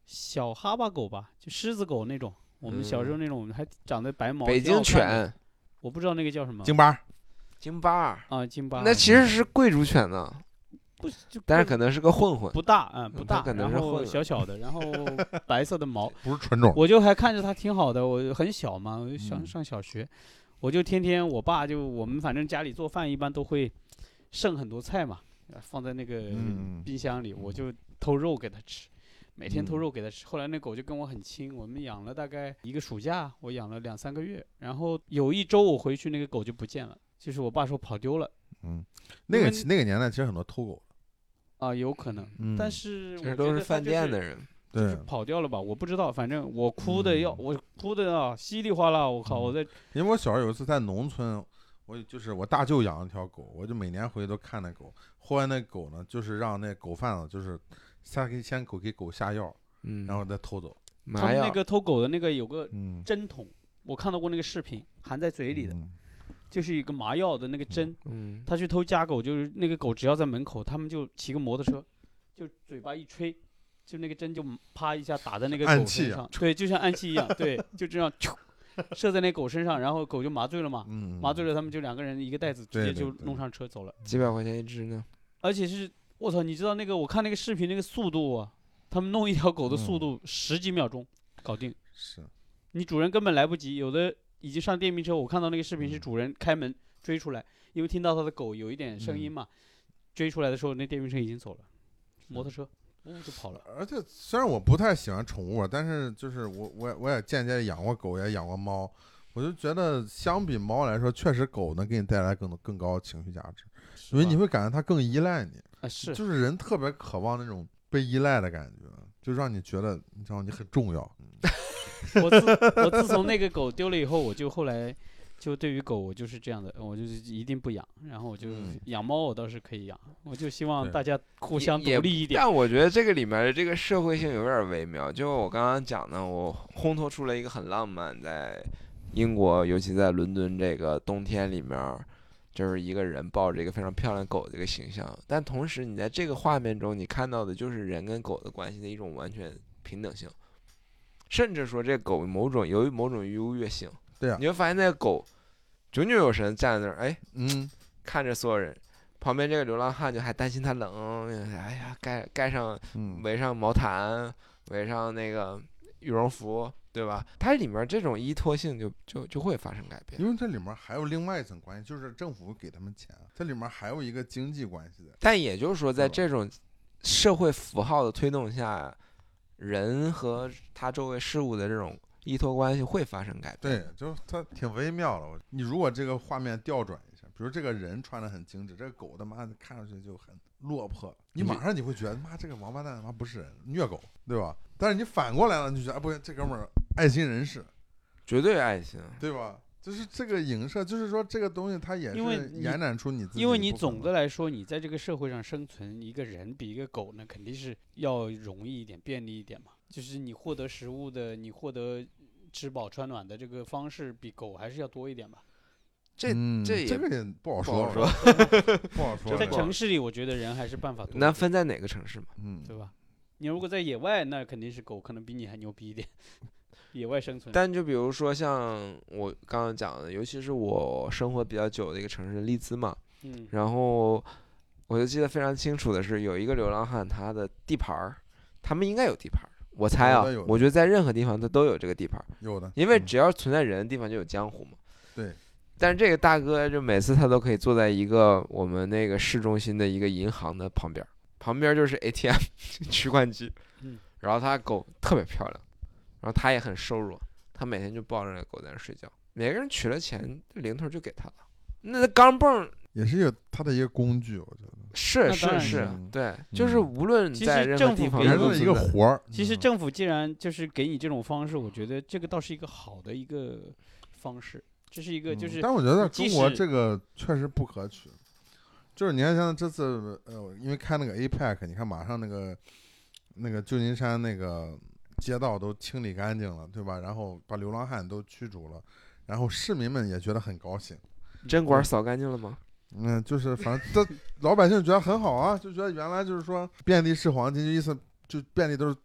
小哈巴狗吧，就狮子狗那种。我们小时候那种还长得白毛。 北京犬， 我不知道那个叫什么。 京巴。 京巴啊，京巴。 那其实是贵族犬呢。 不， 但是可能是个混混。 不大，不大， 可能是混小小的，然后白色的毛。 不是纯种。 我就还看着它挺好的，我很小嘛，我就上小学，我就天天我爸我们反正家里做饭一般都会剩很多菜嘛，放在那个冰箱里，我就偷肉给它吃。每天偷肉给它吃，后来那狗就跟我很亲，我们养了大概1个暑假，我养了2-3个月，然后有一周我回去，那个狗就不见了，就是我爸说跑丢了。 那个年代其实很多偷狗啊，有可能，但是这都是饭店的人， 就是跑掉了吧？我不知道，反正我哭的稀里哗啦，我靠，我在。 因为我小时候有一次在农村，我大舅养了一条狗，我就每年回去都看那狗，后来那狗呢，就是让那狗贩子就是先给狗下药，然后再偷走。 他们那个偷狗的那个有个针筒，我看到过那个视频，含在嘴里的。就是一个麻药的那个针，他去偷家狗，就是那个狗只要在门口，他们就骑个摩托车，就嘴巴一吹，就那个针就啪一下打在那个狗身上，对，就像暗器一样，对，就这样射在那狗身上，然后狗就麻醉了嘛，麻醉了，他们就2个人一个袋子，直接就弄上车走了。 几百块钱一只呢？ 而且是我操，你知道那个我看那个视频那个速度啊，他们弄一条狗的速度10几秒钟搞定， 是， 你主人根本来不及，有的。已经上电瓶车，我看到那个视频是主人开门追出来，因为听到他的狗有一点声音嘛，追出来的时候那电瓶车已经走了，摩托车就跑了。 而且虽然我不太喜欢宠物，但是就是我也间接养过狗，也养过猫，我就觉得相比猫来说，确实狗能给你带来更高的情绪价值，因为你会感觉它更依赖你，就是人特别渴望那种被依赖的感觉，就让你觉得你很重要。 我自从那个狗丢了以后，我就后来就对于狗我就是这样的，我就是一定不养，然后我就养猫，我倒是可以养，我就希望大家互相独立一点。 但我觉得这个里面的这个社会性有点微妙，就我刚刚讲的，我烘托出了一个很浪漫，在英国，尤其在伦敦这个冬天里面，就是一个人抱着一个非常漂亮狗的一个形象，但同时你在这个画面中，你看到的就是人跟狗的关系的一种完全平等性。甚至说这狗有某种优越性， 对啊， 你会发现那个狗炯炯有神站在那儿，看着所有人，旁边这个流浪汉就还担心它冷，哎呀，盖上围上毛毯，围上那个羽绒服，对吧？它里面这种依托性就会发生改变， 因为这里面还有另外一层关系，就是政府给他们钱，这里面还有一个经济关系的。 但也就是说，在这种社会符号的推动下，人和他周围事物的这种依托关系会发生改变。 对，就它挺微妙的。你如果这个画面调转一下，比如这个人穿得很精致，这个狗他妈看上去就很落魄，你马上你会觉得妈这个王八蛋他妈不是人，虐狗，对吧？但是你反过来了，你就觉得不行，这哥们儿爱心人士， 绝对爱心， 对吧？就是这个影射，就是说这个东西它也是延展出你自己。 因为你总的来说，你在这个社会上生存，一个人比一个狗呢，肯定是要容易一点、便利一点嘛。就是你获得食物的，你获得吃饱穿暖的这个方式，比狗还是要多一点吧。 这个也不好说，不好说。 在城市里，我觉得人还是办法多。 那分在哪个城市嘛？ 对吧？你如果在野外，那肯定是狗可能比你还牛逼一点。野外生存， 但就比如说像我刚刚讲的，尤其是我生活比较久的一个城市利兹嘛，然后我就记得非常清楚的是，有一个流浪汉，他的地盘儿，他们应该有地盘儿，我猜啊，我觉得在任何地方他都有这个地盘儿， 有的， 因为只要存在人的地方就有江湖嘛。 对。 但是这个大哥就每次他都可以坐在一个我们那个市中心的一个银行的旁边就是 ATM 取款机，然后他狗特别漂亮。然后他也很瘦弱，他每天就抱着那个狗在那睡觉。每个人取了钱，零头就给他了。那钢镚也是他的一个工具，我觉得是，对，就是无论在任何地方， 也是一个活儿。 其实政府既然就是给你这种方式，我觉得这个倒是一个好的一个方式。这是一个就是， 但我觉得中国这个确实不可取。就是你看像这次因为开那个 APEC， 你看马上那个旧金山那个。街道都清理干净了，对吧？然后把流浪汉都驱逐了，然后市民们也觉得很高兴。 针管扫干净了吗？ 就是反正这老百姓觉得很好啊，就觉得原来就是说遍地是黄金，就意思就遍地都是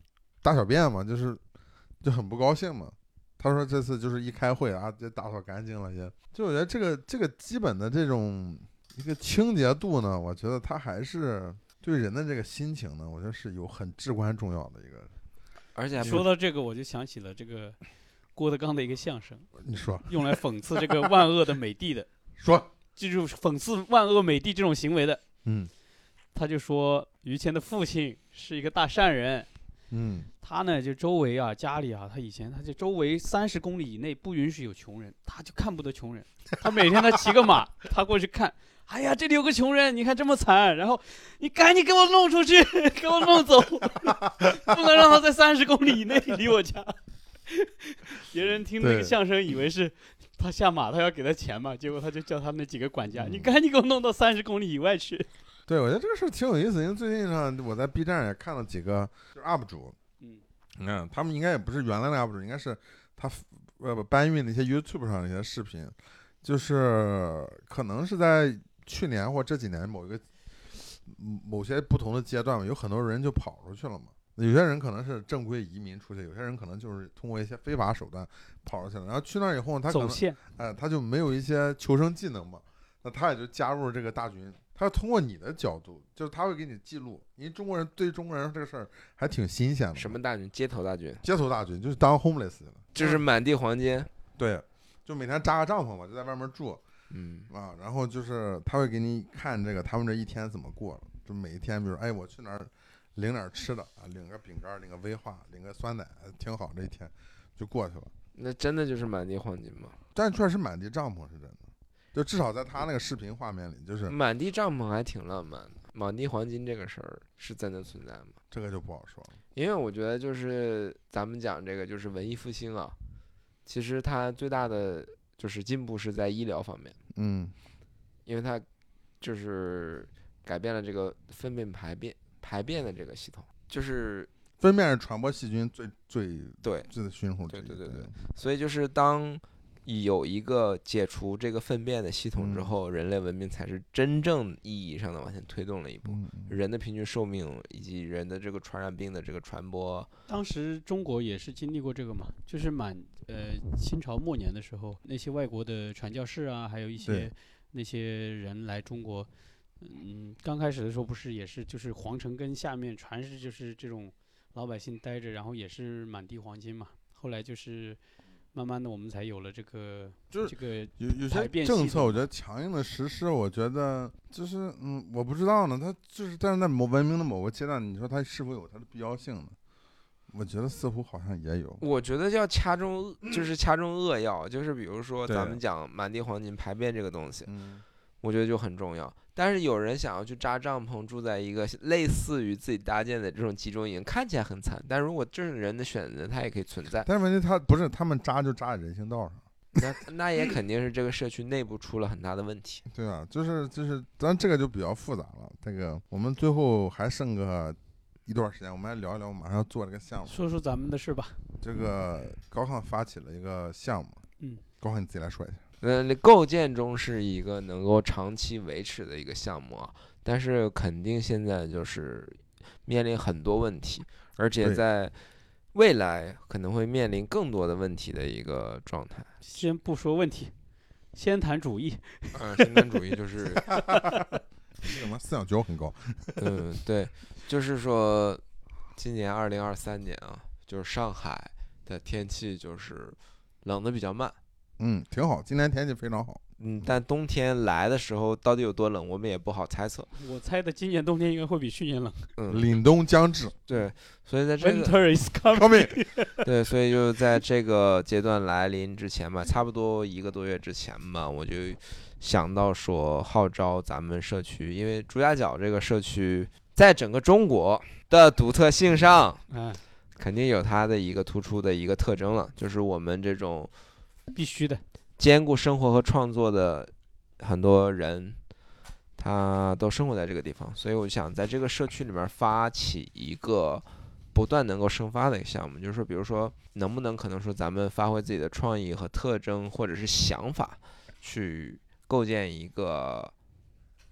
大小便嘛，就很不高兴嘛。他说这次就是一开会啊，就打扫干净了也。就我觉得这个基本的这种一个清洁度呢，我觉得它还是对人的这个心情呢，我觉得是有很至关重要的一个。 而且说到这个，我就想起了这个郭德纲的一个相声， 你说用来讽刺这个万恶的美帝的， 说就是讽刺万恶美帝这种行为的。他就说于谦的父亲是一个大善人。他呢就周围啊家里啊，他以前他就周围30公里以内不允许有穷人，他就看不得穷人。他每天他骑个马，他过去看，哎呀这里有个穷人，你看这么惨，然后你赶紧给我弄出去，给我弄走，不能让他在30公里以内离我家。别人听那个相声以为是他下马，他要给他钱嘛，结果他就叫他那几个管家，你赶紧给我弄到30公里以外去。 对，我觉得这个事挺有意思，因为最近呢，我在 B 站也看了几个就是 UP 主，他们应该也不是原来的 UP 主，应该是他搬运的一些 YouTube 上的一些视频，就是可能是在去年或这几年某些不同的阶段嘛，有很多人就跑出去了嘛。有些人可能是正规移民出去，有些人可能就是通过一些非法手段跑出去了。然后去那儿以后，他可能他就没有一些求生技能嘛，那他也就加入了这个大军。他通过你的角度，就是他会给你记录，因为中国人对中国人这个事儿还挺新鲜的。 什么大军？街头大军。 街头大军就是当 homeless 的， 就是满地黄金。 对，就每天扎个帐篷嘛，就在外面住。然后就是他会给你看这个他们这一天怎么过了，就每一天，比如哎我去哪儿领点吃的啊，领个饼干，领个威化，领个酸奶，挺好，这一天就过去了。 那真的就是满地黄金吗？ 但确实满地帐篷是真的。就至少在他那个视频画面里，就是满地帐篷还挺浪漫的。满地黄金这个事儿是真的存在吗？ 这个就不好说了。 因为我觉得就是咱们讲这个就是文艺复兴啊，其实它最大的就是进步是在医疗方面。因为它就是改变了这个粪便排便的这个系统，就是粪便是传播细菌最迅速。 对。所以就是当有一个解除这个粪便的系统之后，人类文明才是真正意义上的往前推动了一步。人的平均寿命以及人的这个传染病的这个传播， 当时中国也是经历过这个嘛，就是清朝末年的时候，那些外国的传教士啊，还有一些那些人来中国，刚开始的时候不是也是就是皇城根下面全是就是这种老百姓待着，然后也是满地黄金嘛，后来就是慢慢的我们才有了这个就是这个有些政策，我觉得强硬的实施，我觉得就是我不知道呢，它就是但是在文明的某个阶段，你说它是否有它的必要性呢？我觉得似乎好像也有。 我觉得要掐中扼要，就是比如说咱们讲满地黄金排便这个东西，我觉得就很重要。但是有人想要去扎帐篷，住在一个类似于自己搭建的这种集中营，看起来很惨。但如果这是人的选择，它也可以存在。 但是问题他不是他们扎就扎在人行道上， 那也肯定是这个社区内部出了很大的问题。 对啊，就是咱这个就比较复杂了。这个我们最后还剩个一段时间，我们来聊一聊我马上要做这个项目。 说说咱们的事吧。 这个高亢发起了一个项目，高亢你自己来说一下。 构建中是一个能够长期维持的一个项目啊，但是肯定现在就是面临很多问题，而且在未来可能会面临更多的问题的一个状态。 先不说问题，先谈主义。 先谈主义就是什么思想觉悟很高。 对，就是说今年2023年啊，就是上海的天气就是冷的比较慢。 挺好，今年天气非常好。 但冬天来的时候到底有多冷，我们也不好猜测。 我猜的今年冬天应该会比去年冷。 凛冬将至。 对，所以在这个 Winter is coming。 对，所以就在这个阶段来临之前吧，差不多1个多月之前吧，我就想到说号召咱们社区，因为朱家角这个社区在整个中国的独特性上，肯定有它的一个突出的一个特征了，就是我们这种。 必须的， 兼顾生活和创作的很多人，他都生活在这个地方，所以我想在这个社区里面发起一个不断能够生发的一个项目，就是说，比如说，能不能可能说咱们发挥自己的创意和特征或者是想法，去构建一个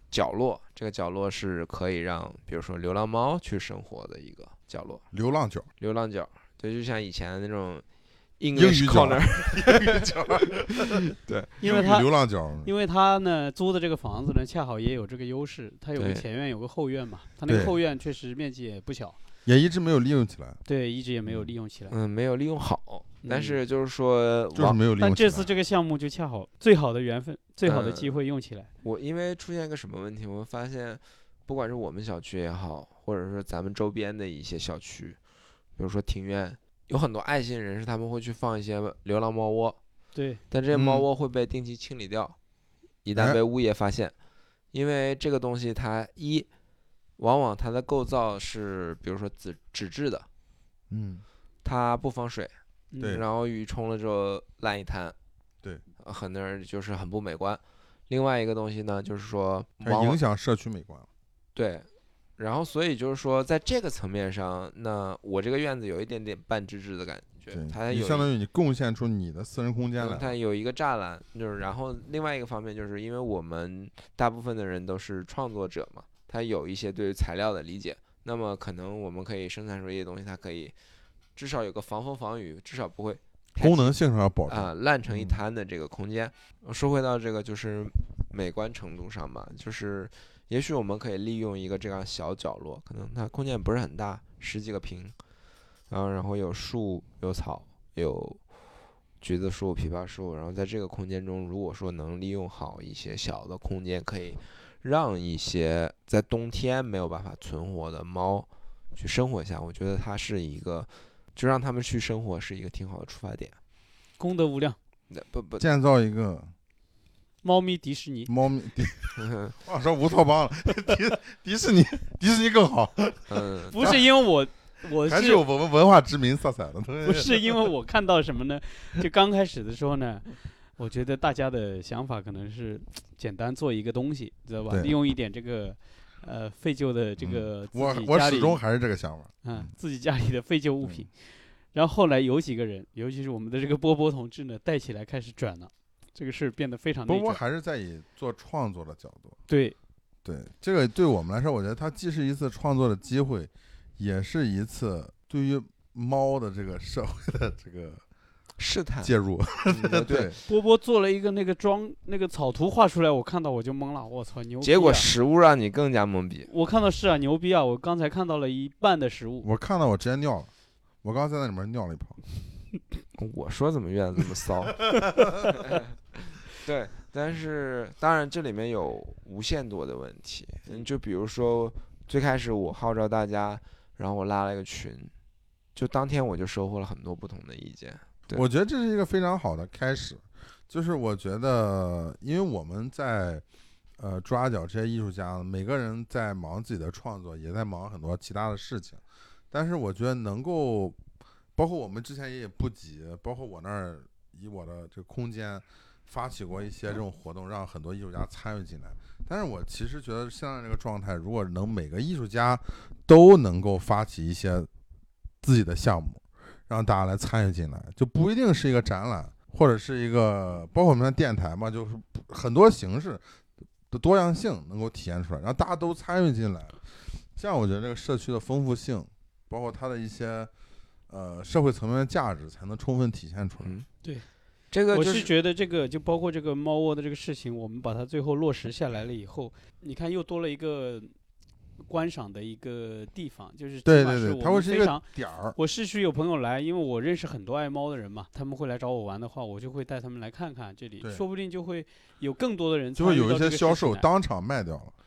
角落，这个角落是可以让比如说流浪猫去生活的一个角落。 流浪角， 对，就像以前那种英语角， 对， 因为流浪角， 因为他呢租的这个房子呢，恰好也有这个优势，他有个前院，有个后院嘛，他那个后院确实面积也不小， 也一直没有利用起来。 对，一直也没有利用起来。 没有利用好。但是就是说， 就是没有利用起来。 但这次这个项目就恰好最好的缘分，最好的机会用起来。 我因为出现一个什么问题，我发现，不管是我们小区也好，或者说咱们周边的一些小区，比如说庭院，有很多爱心人士，他们会去放一些流浪猫窝。 对。 但这些猫窝会被定期清理掉，一旦被物业发现，因为这个东西它往往它的构造是，比如说纸质的，它不防水。 对， 然后雨冲了之后烂一滩， 对， 很多人就是很不美观。另外一个东西呢，就是说它影响社区美观。 对，然后所以就是说，在这个层面上，那我这个院子有一点点半纸质的感觉，它相当于你贡献出你的私人空间来。 它有一个栅栏，就是然后另外一个方面，就是因为我们大部分的人都是创作者嘛，他有一些对于材料的理解，那么可能我们可以生产出一些东西，它可以。至少有个防风防雨，至少不会功能性上要保证烂成一滩的这个空间。说回到这个就是美观程度上吧，就是也许我们可以利用一个这样小角落，可能它空间不是很大，10几个平，然后有树有草有橘子树枇杷树，然后在这个空间中，如果说能利用好一些小的空间，可以让一些在冬天没有办法存活的猫去生活下，我觉得它是一个。就让他们去生活是一个挺好的出发点， 功德无量。 不建造一个猫咪迪士尼， 话说乌托邦了，迪士尼更好。 不是因为我还是有我们文化殖民色彩的。 不是因为我看到什么呢？就刚开始的时候呢，我觉得大家的想法可能是简单做一个东西，知道吧？利用一点这个。废旧的这个我始终还是这个想法。 自己家里的废旧物品，然后后来有几个人，尤其是我们的这个波波同志呢，带起来开始转了，这个事变得非常内卷。 波波还是在以做创作的角度。 对， 这个对我们来说，我觉得它既是一次创作的机会，也是一次对于猫的这个社会的这个。 试探介入，对， 波波做了一个那个草图画出来，我看到我就懵了，我操，牛逼！ 结果实物让你更加懵逼。 我看到是啊，牛逼啊！我刚才看到了一半的实物， 我看到我直接尿了，我刚在那里面尿了一泡。 我说怎么院子这么骚？对，但是当然这里面有无限多的问题，就比如说最开始我号召大家，然后我拉了一个群，就当天我就收获了很多不同的意见。 我觉得这是一个非常好的开始，就是我觉得，因为我们在朱家角这些艺术家，每个人在忙自己的创作，也在忙很多其他的事情，但是我觉得能够，包括我们之前也不急，包括我那儿以我的这个空间发起过一些这种活动，让很多艺术家参与进来。但是我其实觉得现在这个状态，如果能每个艺术家都能够发起一些自己的项目，让大家来参与进来，就不一定是一个展览，或者是一个，包括我们的电台嘛，就是很多形式的多样性能够体现出来，然后大家都参与进来，这样我觉得这个社区的丰富性，包括它的一些社会层面的价值才能充分体现出来。 对， 这个我是觉得这个就包括这个猫窝的这个事情，我们把它最后落实下来了以后，你看又多了一个观赏的一个地方，就是对， 它会是一个点儿。 我市区有朋友来，因为我认识很多爱猫的人嘛，他们会来找我玩的话，我就会带他们来看看这里，说不定就会有更多的人就会有一些销售当场卖掉了。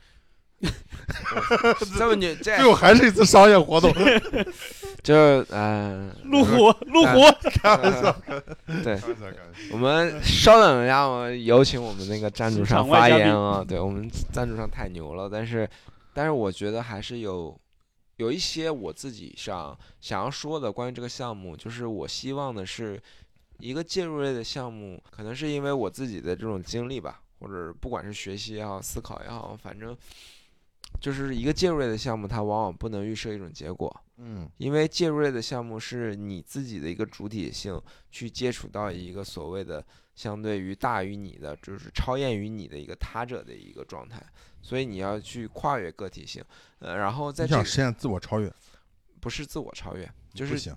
这么你这最后还是一次商业活动。 就路虎， 开玩笑。 对，我们稍等一下，我有请我们那个赞助商发言啊。对，我们赞助商太牛了，但是我觉得还是有一些我自己想要说的关于这个项目，就是我希望的是一个介入类的项目，可能是因为我自己的这种经历吧，或者不管是学习也好，思考也好，反正就是一个介入类的项目，它往往不能预设一种结果。因为介入类的项目是你自己的一个主体性去接触到一个所谓的相对于大于你的，就是超验于你的一个他者的一个状态，所以你要去跨越个体性，然后在你想实现自我超越， 不是自我超越，就是不行。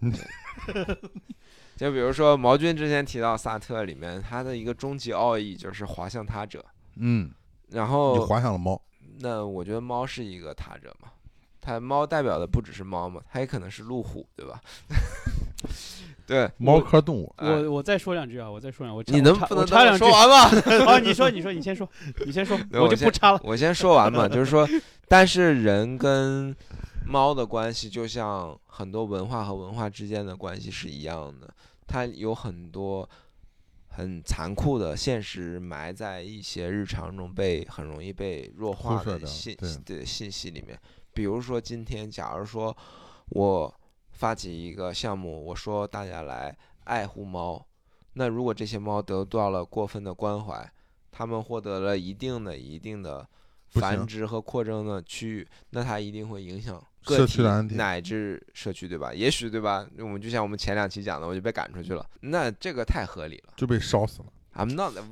就比如说毛军之前提到萨特里面，他的一个终极奥义就是滑向他者，然后你滑向了猫， 那我觉得猫是一个他者嘛，它猫代表的不只是猫嘛，它也可能是路虎，对吧？对， 猫科动物。 我再说两句啊， 你能不能插两句说完吗？ 啊，你说，你先说，我就不插了。 我先说完嘛，就是说，但是人跟猫的关系，就像很多文化和文化之间的关系是一样的，它有很多很残酷的现实埋在一些日常中很容易被弱化的信息里面。比如说今天，假如说我发起一个项目，我说大家来爱护猫，那如果这些猫得到了过分的关怀，它们获得了一定的繁殖和扩增的区域，那它一定会影响个体乃至社区，对吧？也许对吧？我们就像我们前2期讲的，我就被赶出去了，那这个太合理了， 就被烧死了。 I'm not a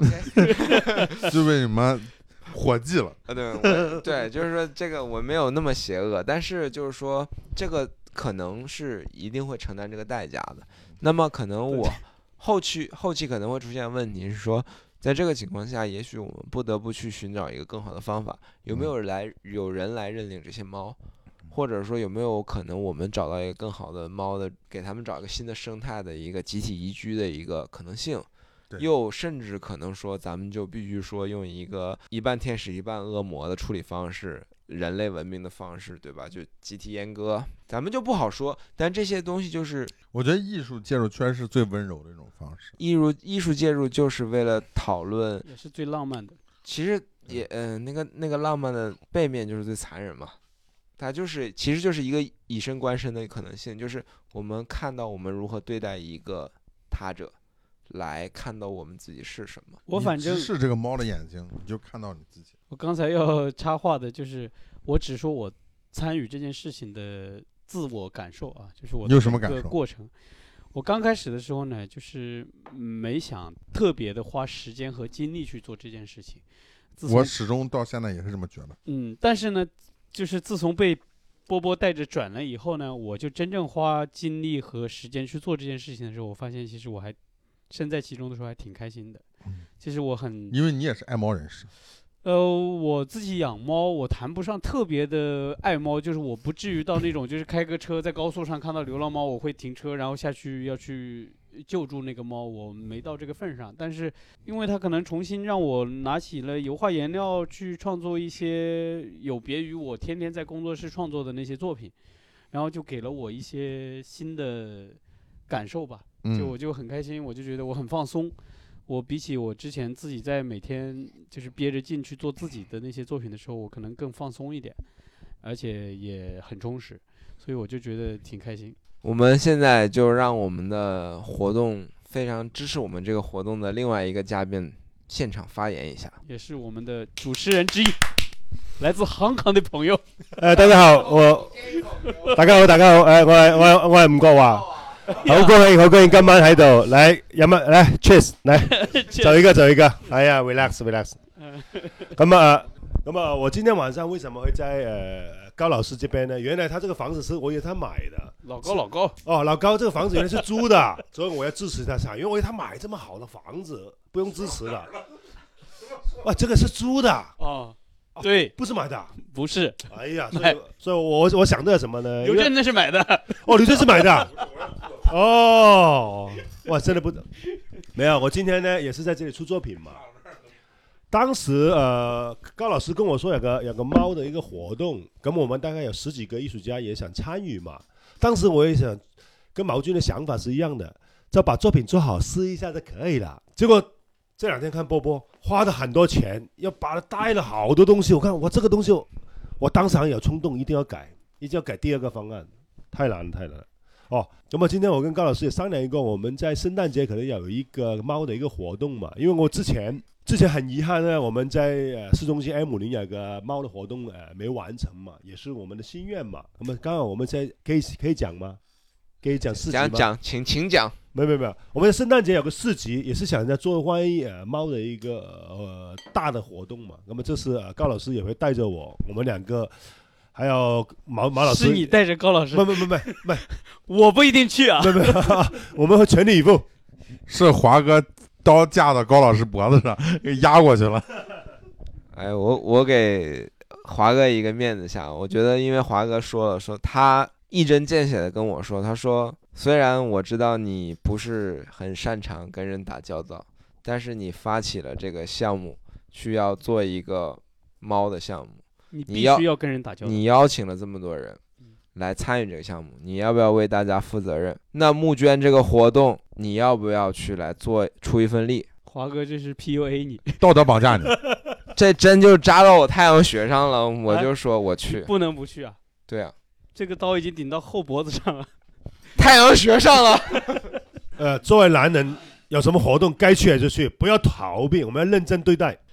witch，OK？ 就被你们火祭了。 对，就是说这个我没有那么邪恶，但是就是说这个可能是一定会承担这个代价的。那么可能我后期可能会出现问题是说，在这个情况下，也许我们不得不去寻找一个更好的方法。有没有人来认领这些猫，或者说有没有可能我们找到一个更好的猫的，给他们找一个新的生态的一个集体宜居的一个可能性？又甚至可能说，咱们就必须说用一个一半天使一半恶魔的处理方式，人类文明的方式，对吧？就集体阉割，咱们就不好说。但这些东西就是， 我觉得艺术介入确实是最温柔的一种方式。 艺术介入就是为了讨论， 也是最浪漫的。 其实也那个浪漫的背面就是最残忍嘛。它其实就是一个以身观身的可能性，就是我们看到我们如何对待一个他者。来看到我们自己是什么。 我反正是这个猫的眼睛，你就看到你自己。 我刚才要插话的就是，我只说我参与这件事情的自我感受啊，就是我的一个过程。我刚开始的时候呢，就是没想特别的花时间和精力去做这件事情。 我始终到现在也是这么觉得。 但是呢，就是自从被波波带着转了以后呢，我就真正花精力和时间去做这件事情的时候，我发现其实我还身在其中的时候还挺开心的。其实我因为你也是爱猫人士。 我自己养猫，我谈不上特别的爱猫，就是我不至于到那种就是开个车在高速上看到流浪猫我会停车然后下去要去救助那个猫，我没到这个份上。但是因为它可能重新让我拿起了油画颜料去创作一些有别于我天天在工作室创作的那些作品，然后就给了我一些新的感受吧。我就很开心，我就觉得我很放松。我比起我之前自己在每天就是憋着劲去做自己的那些作品的时候，我可能更放松一点，而且也很充实，所以我就觉得挺开心。 我们现在就让我们的活动非常支持我们这个活动的另外一个嘉宾现场发言一下， 也是我们的主持人之一，来自香港的朋友。 大家好，大家好，我係吳國華。好高興今晚喺度嚟飲乜嚟 cheers 嚟走一個哎呀 relax 咁啊我今天晚上為什麼會在高老師這邊呢？原來他這個房子是我以為他買的。 老高老高這個房子原來是租的所以我要支持他因為我以為他買這麼好的房子不用支持了。哇這個是租的對， 不是買的， 不是。 哎呀，所以我想到什麼呢？ 劉震那是買的。 劉震是買的。哇，真的不沒有。我今天呢也是在這裡出作品嘛。當時高老師跟我說有個貓的一個活動，咁我們大概有10幾個藝術家也想參與嘛。當時我也想跟毛軍的想法是一樣的，就把作品做好試一下就可以了。結果這2天看波波花了很多錢，要把它帶了好多東西。我看我這個東西，我當場有衝動，一定要改第2個方案，太難了。咁今天我跟高老師也商量一個，我們在聖誕節可能有一個貓的一個活動嘛。因為我之前很遺憾呢，我們在市中心 M50有個貓的活動沒完成嘛，也是我們的心願嘛。咁剛好我們可以講嗎？ 可以讲市集吗？ 讲，请讲。 没有，我们圣诞节有个市集，也是想着做关于猫的一个大的活动嘛。那么这次高老师也会带着我们两个，还有毛老师。 是你带着高老师？ 没， 我不一定去啊。 没，我们会全力以赴。 是华哥刀架到高老师脖子上给压过去了。 哎，我给华哥一个面子下，我觉得因为华哥说他一针见血的跟我说，他说虽然我知道你不是很擅长跟人打交道，但是你发起了这个项目，需要做一个猫的项目， 你必须要跟人打交道， 你邀请了这么多人来参与这个项目，你要不要为大家负责任？那募捐这个活动，你要不要去来出一份力？ 华哥这是 PUA 你， 道德绑架你。 这针就扎到我太阳穴上了，我就说我去， 不能不去啊。 对啊， 这个刀已经顶到后脖子上了， 太阳穴上了。 作为男人，有什么活动该去还是去，不要逃避，我们要认真对待。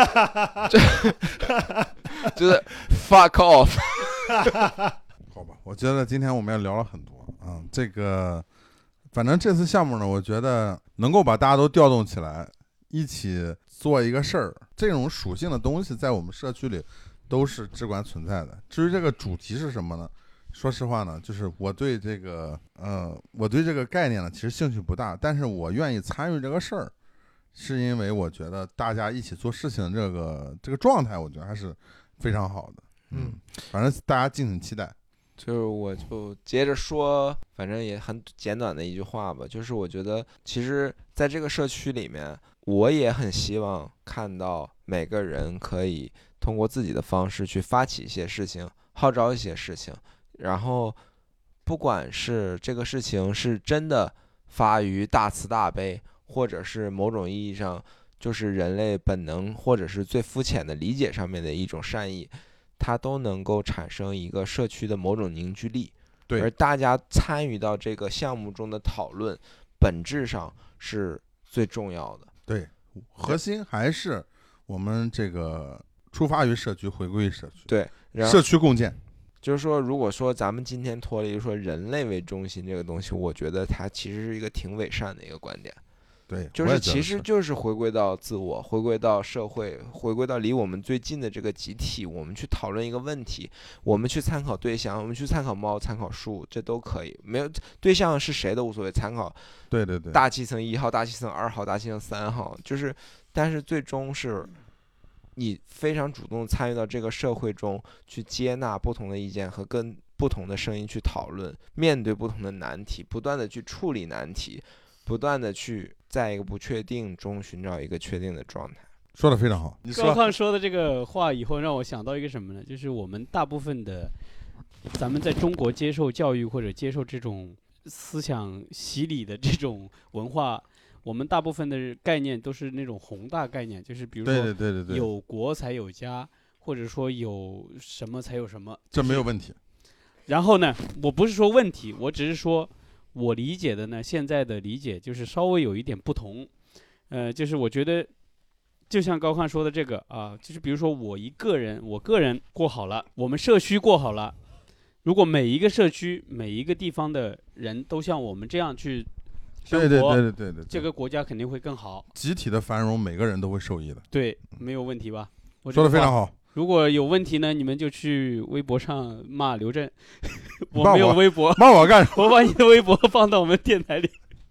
就是 fuck off。 好吧，我觉得今天我们也聊了很多啊，这个反正这次项目呢，我觉得能够把大家都调动起来，一起做一个事儿，这种属性的东西在我们社区里都是至关存在的。至于这个主题是什么呢？说实话呢，就是我对这个概念呢，其实兴趣不大，但是我愿意参与这个事儿，是因为我觉得大家一起做事情的这个状态，我觉得还是非常好的。反正大家敬请期待。 就是我就接着说，反正也很简短的一句话吧，就是我觉得其实在这个社区里面，我也很希望看到每个人可以通过自己的方式去发起一些事情，号召一些事情，然后不管是这个事情是真的发于大慈大悲，或者是某种意义上就是人类本能或者是最肤浅的理解上面的一种善意，它都能够产生一个社区的某种凝聚力。 对， 而大家参与到这个项目中的讨论，本质上是最重要的。 对，核心还是我们这个出发于社区，回归于社区。 对， 社区共建。 就是说，如果说咱们今天脱离说人类为中心这个东西，我觉得它其实是一个挺伪善的一个观点。 对， 就是其实就是回归到自我，回归到社会，回归到离我们最近的这个集体，我们去讨论一个问题，我们去参考对象，我们去参考猫，参考树，这都可以，没有对象是谁都无所谓，参考对大气层1号、大气层2号、大气层3号，就是但是最终是你非常主动参与到这个社会中，去接纳不同的意见和跟不同的声音去讨论，面对不同的难题，不断的去处理难题，不断的去在一个不确定中寻找一个确定的状态。 说得非常好。 高亢说的这个话以后让我想到一个什么呢？就是我们大部分的咱们在中国接受教育或者接受这种思想洗礼的这种文化，我们大部分的概念都是那种宏大概念，就是比如说对有国才有家，或者说有什么才有什么， 这没有问题。 然后呢，我不是说问题，我只是说我理解的呢，现在的理解就是稍微有一点不同。就是我觉得就像高亢说的这个啊，就是比如说我个人过好了，我们社区过好了，如果每一个社区每一个地方的人都像我们这样去生活，对，这个国家肯定会更好， 集体的繁荣每个人都会受益的。 对，没有问题吧？我说得非常好。 如果有问题呢，你们就去微博上骂刘震。我没有微博， 骂我干什么？ 我把你的微博放到我们电台里。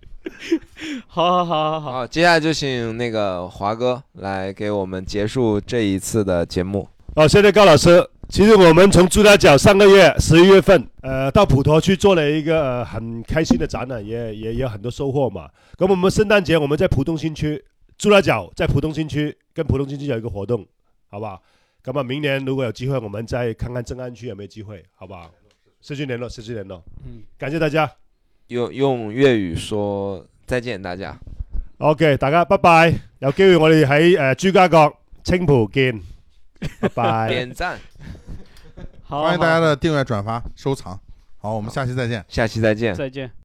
好， 接下来就请那个华哥来给我们结束这一次的节目。 谢谢高老师。其实我们从朱家角上个月11月份，到普陀去做了一个很开心的展览，也有很多收获嘛。咁我们圣诞节我们在浦东新区，朱家角在浦东新区跟浦东新区有一个活动，好不好？咁明年如果有机会，我们再看看正安区有没有机会，好不好？社區聯絡。感謝大家。 用粵語說再見大家。 OK， 大家拜拜。有機會我哋喺朱家角青浦見。拜拜。 點讚。 歡迎大家的訂閱、轉發、收藏。好，我們下期再見。 下期再見。 再見。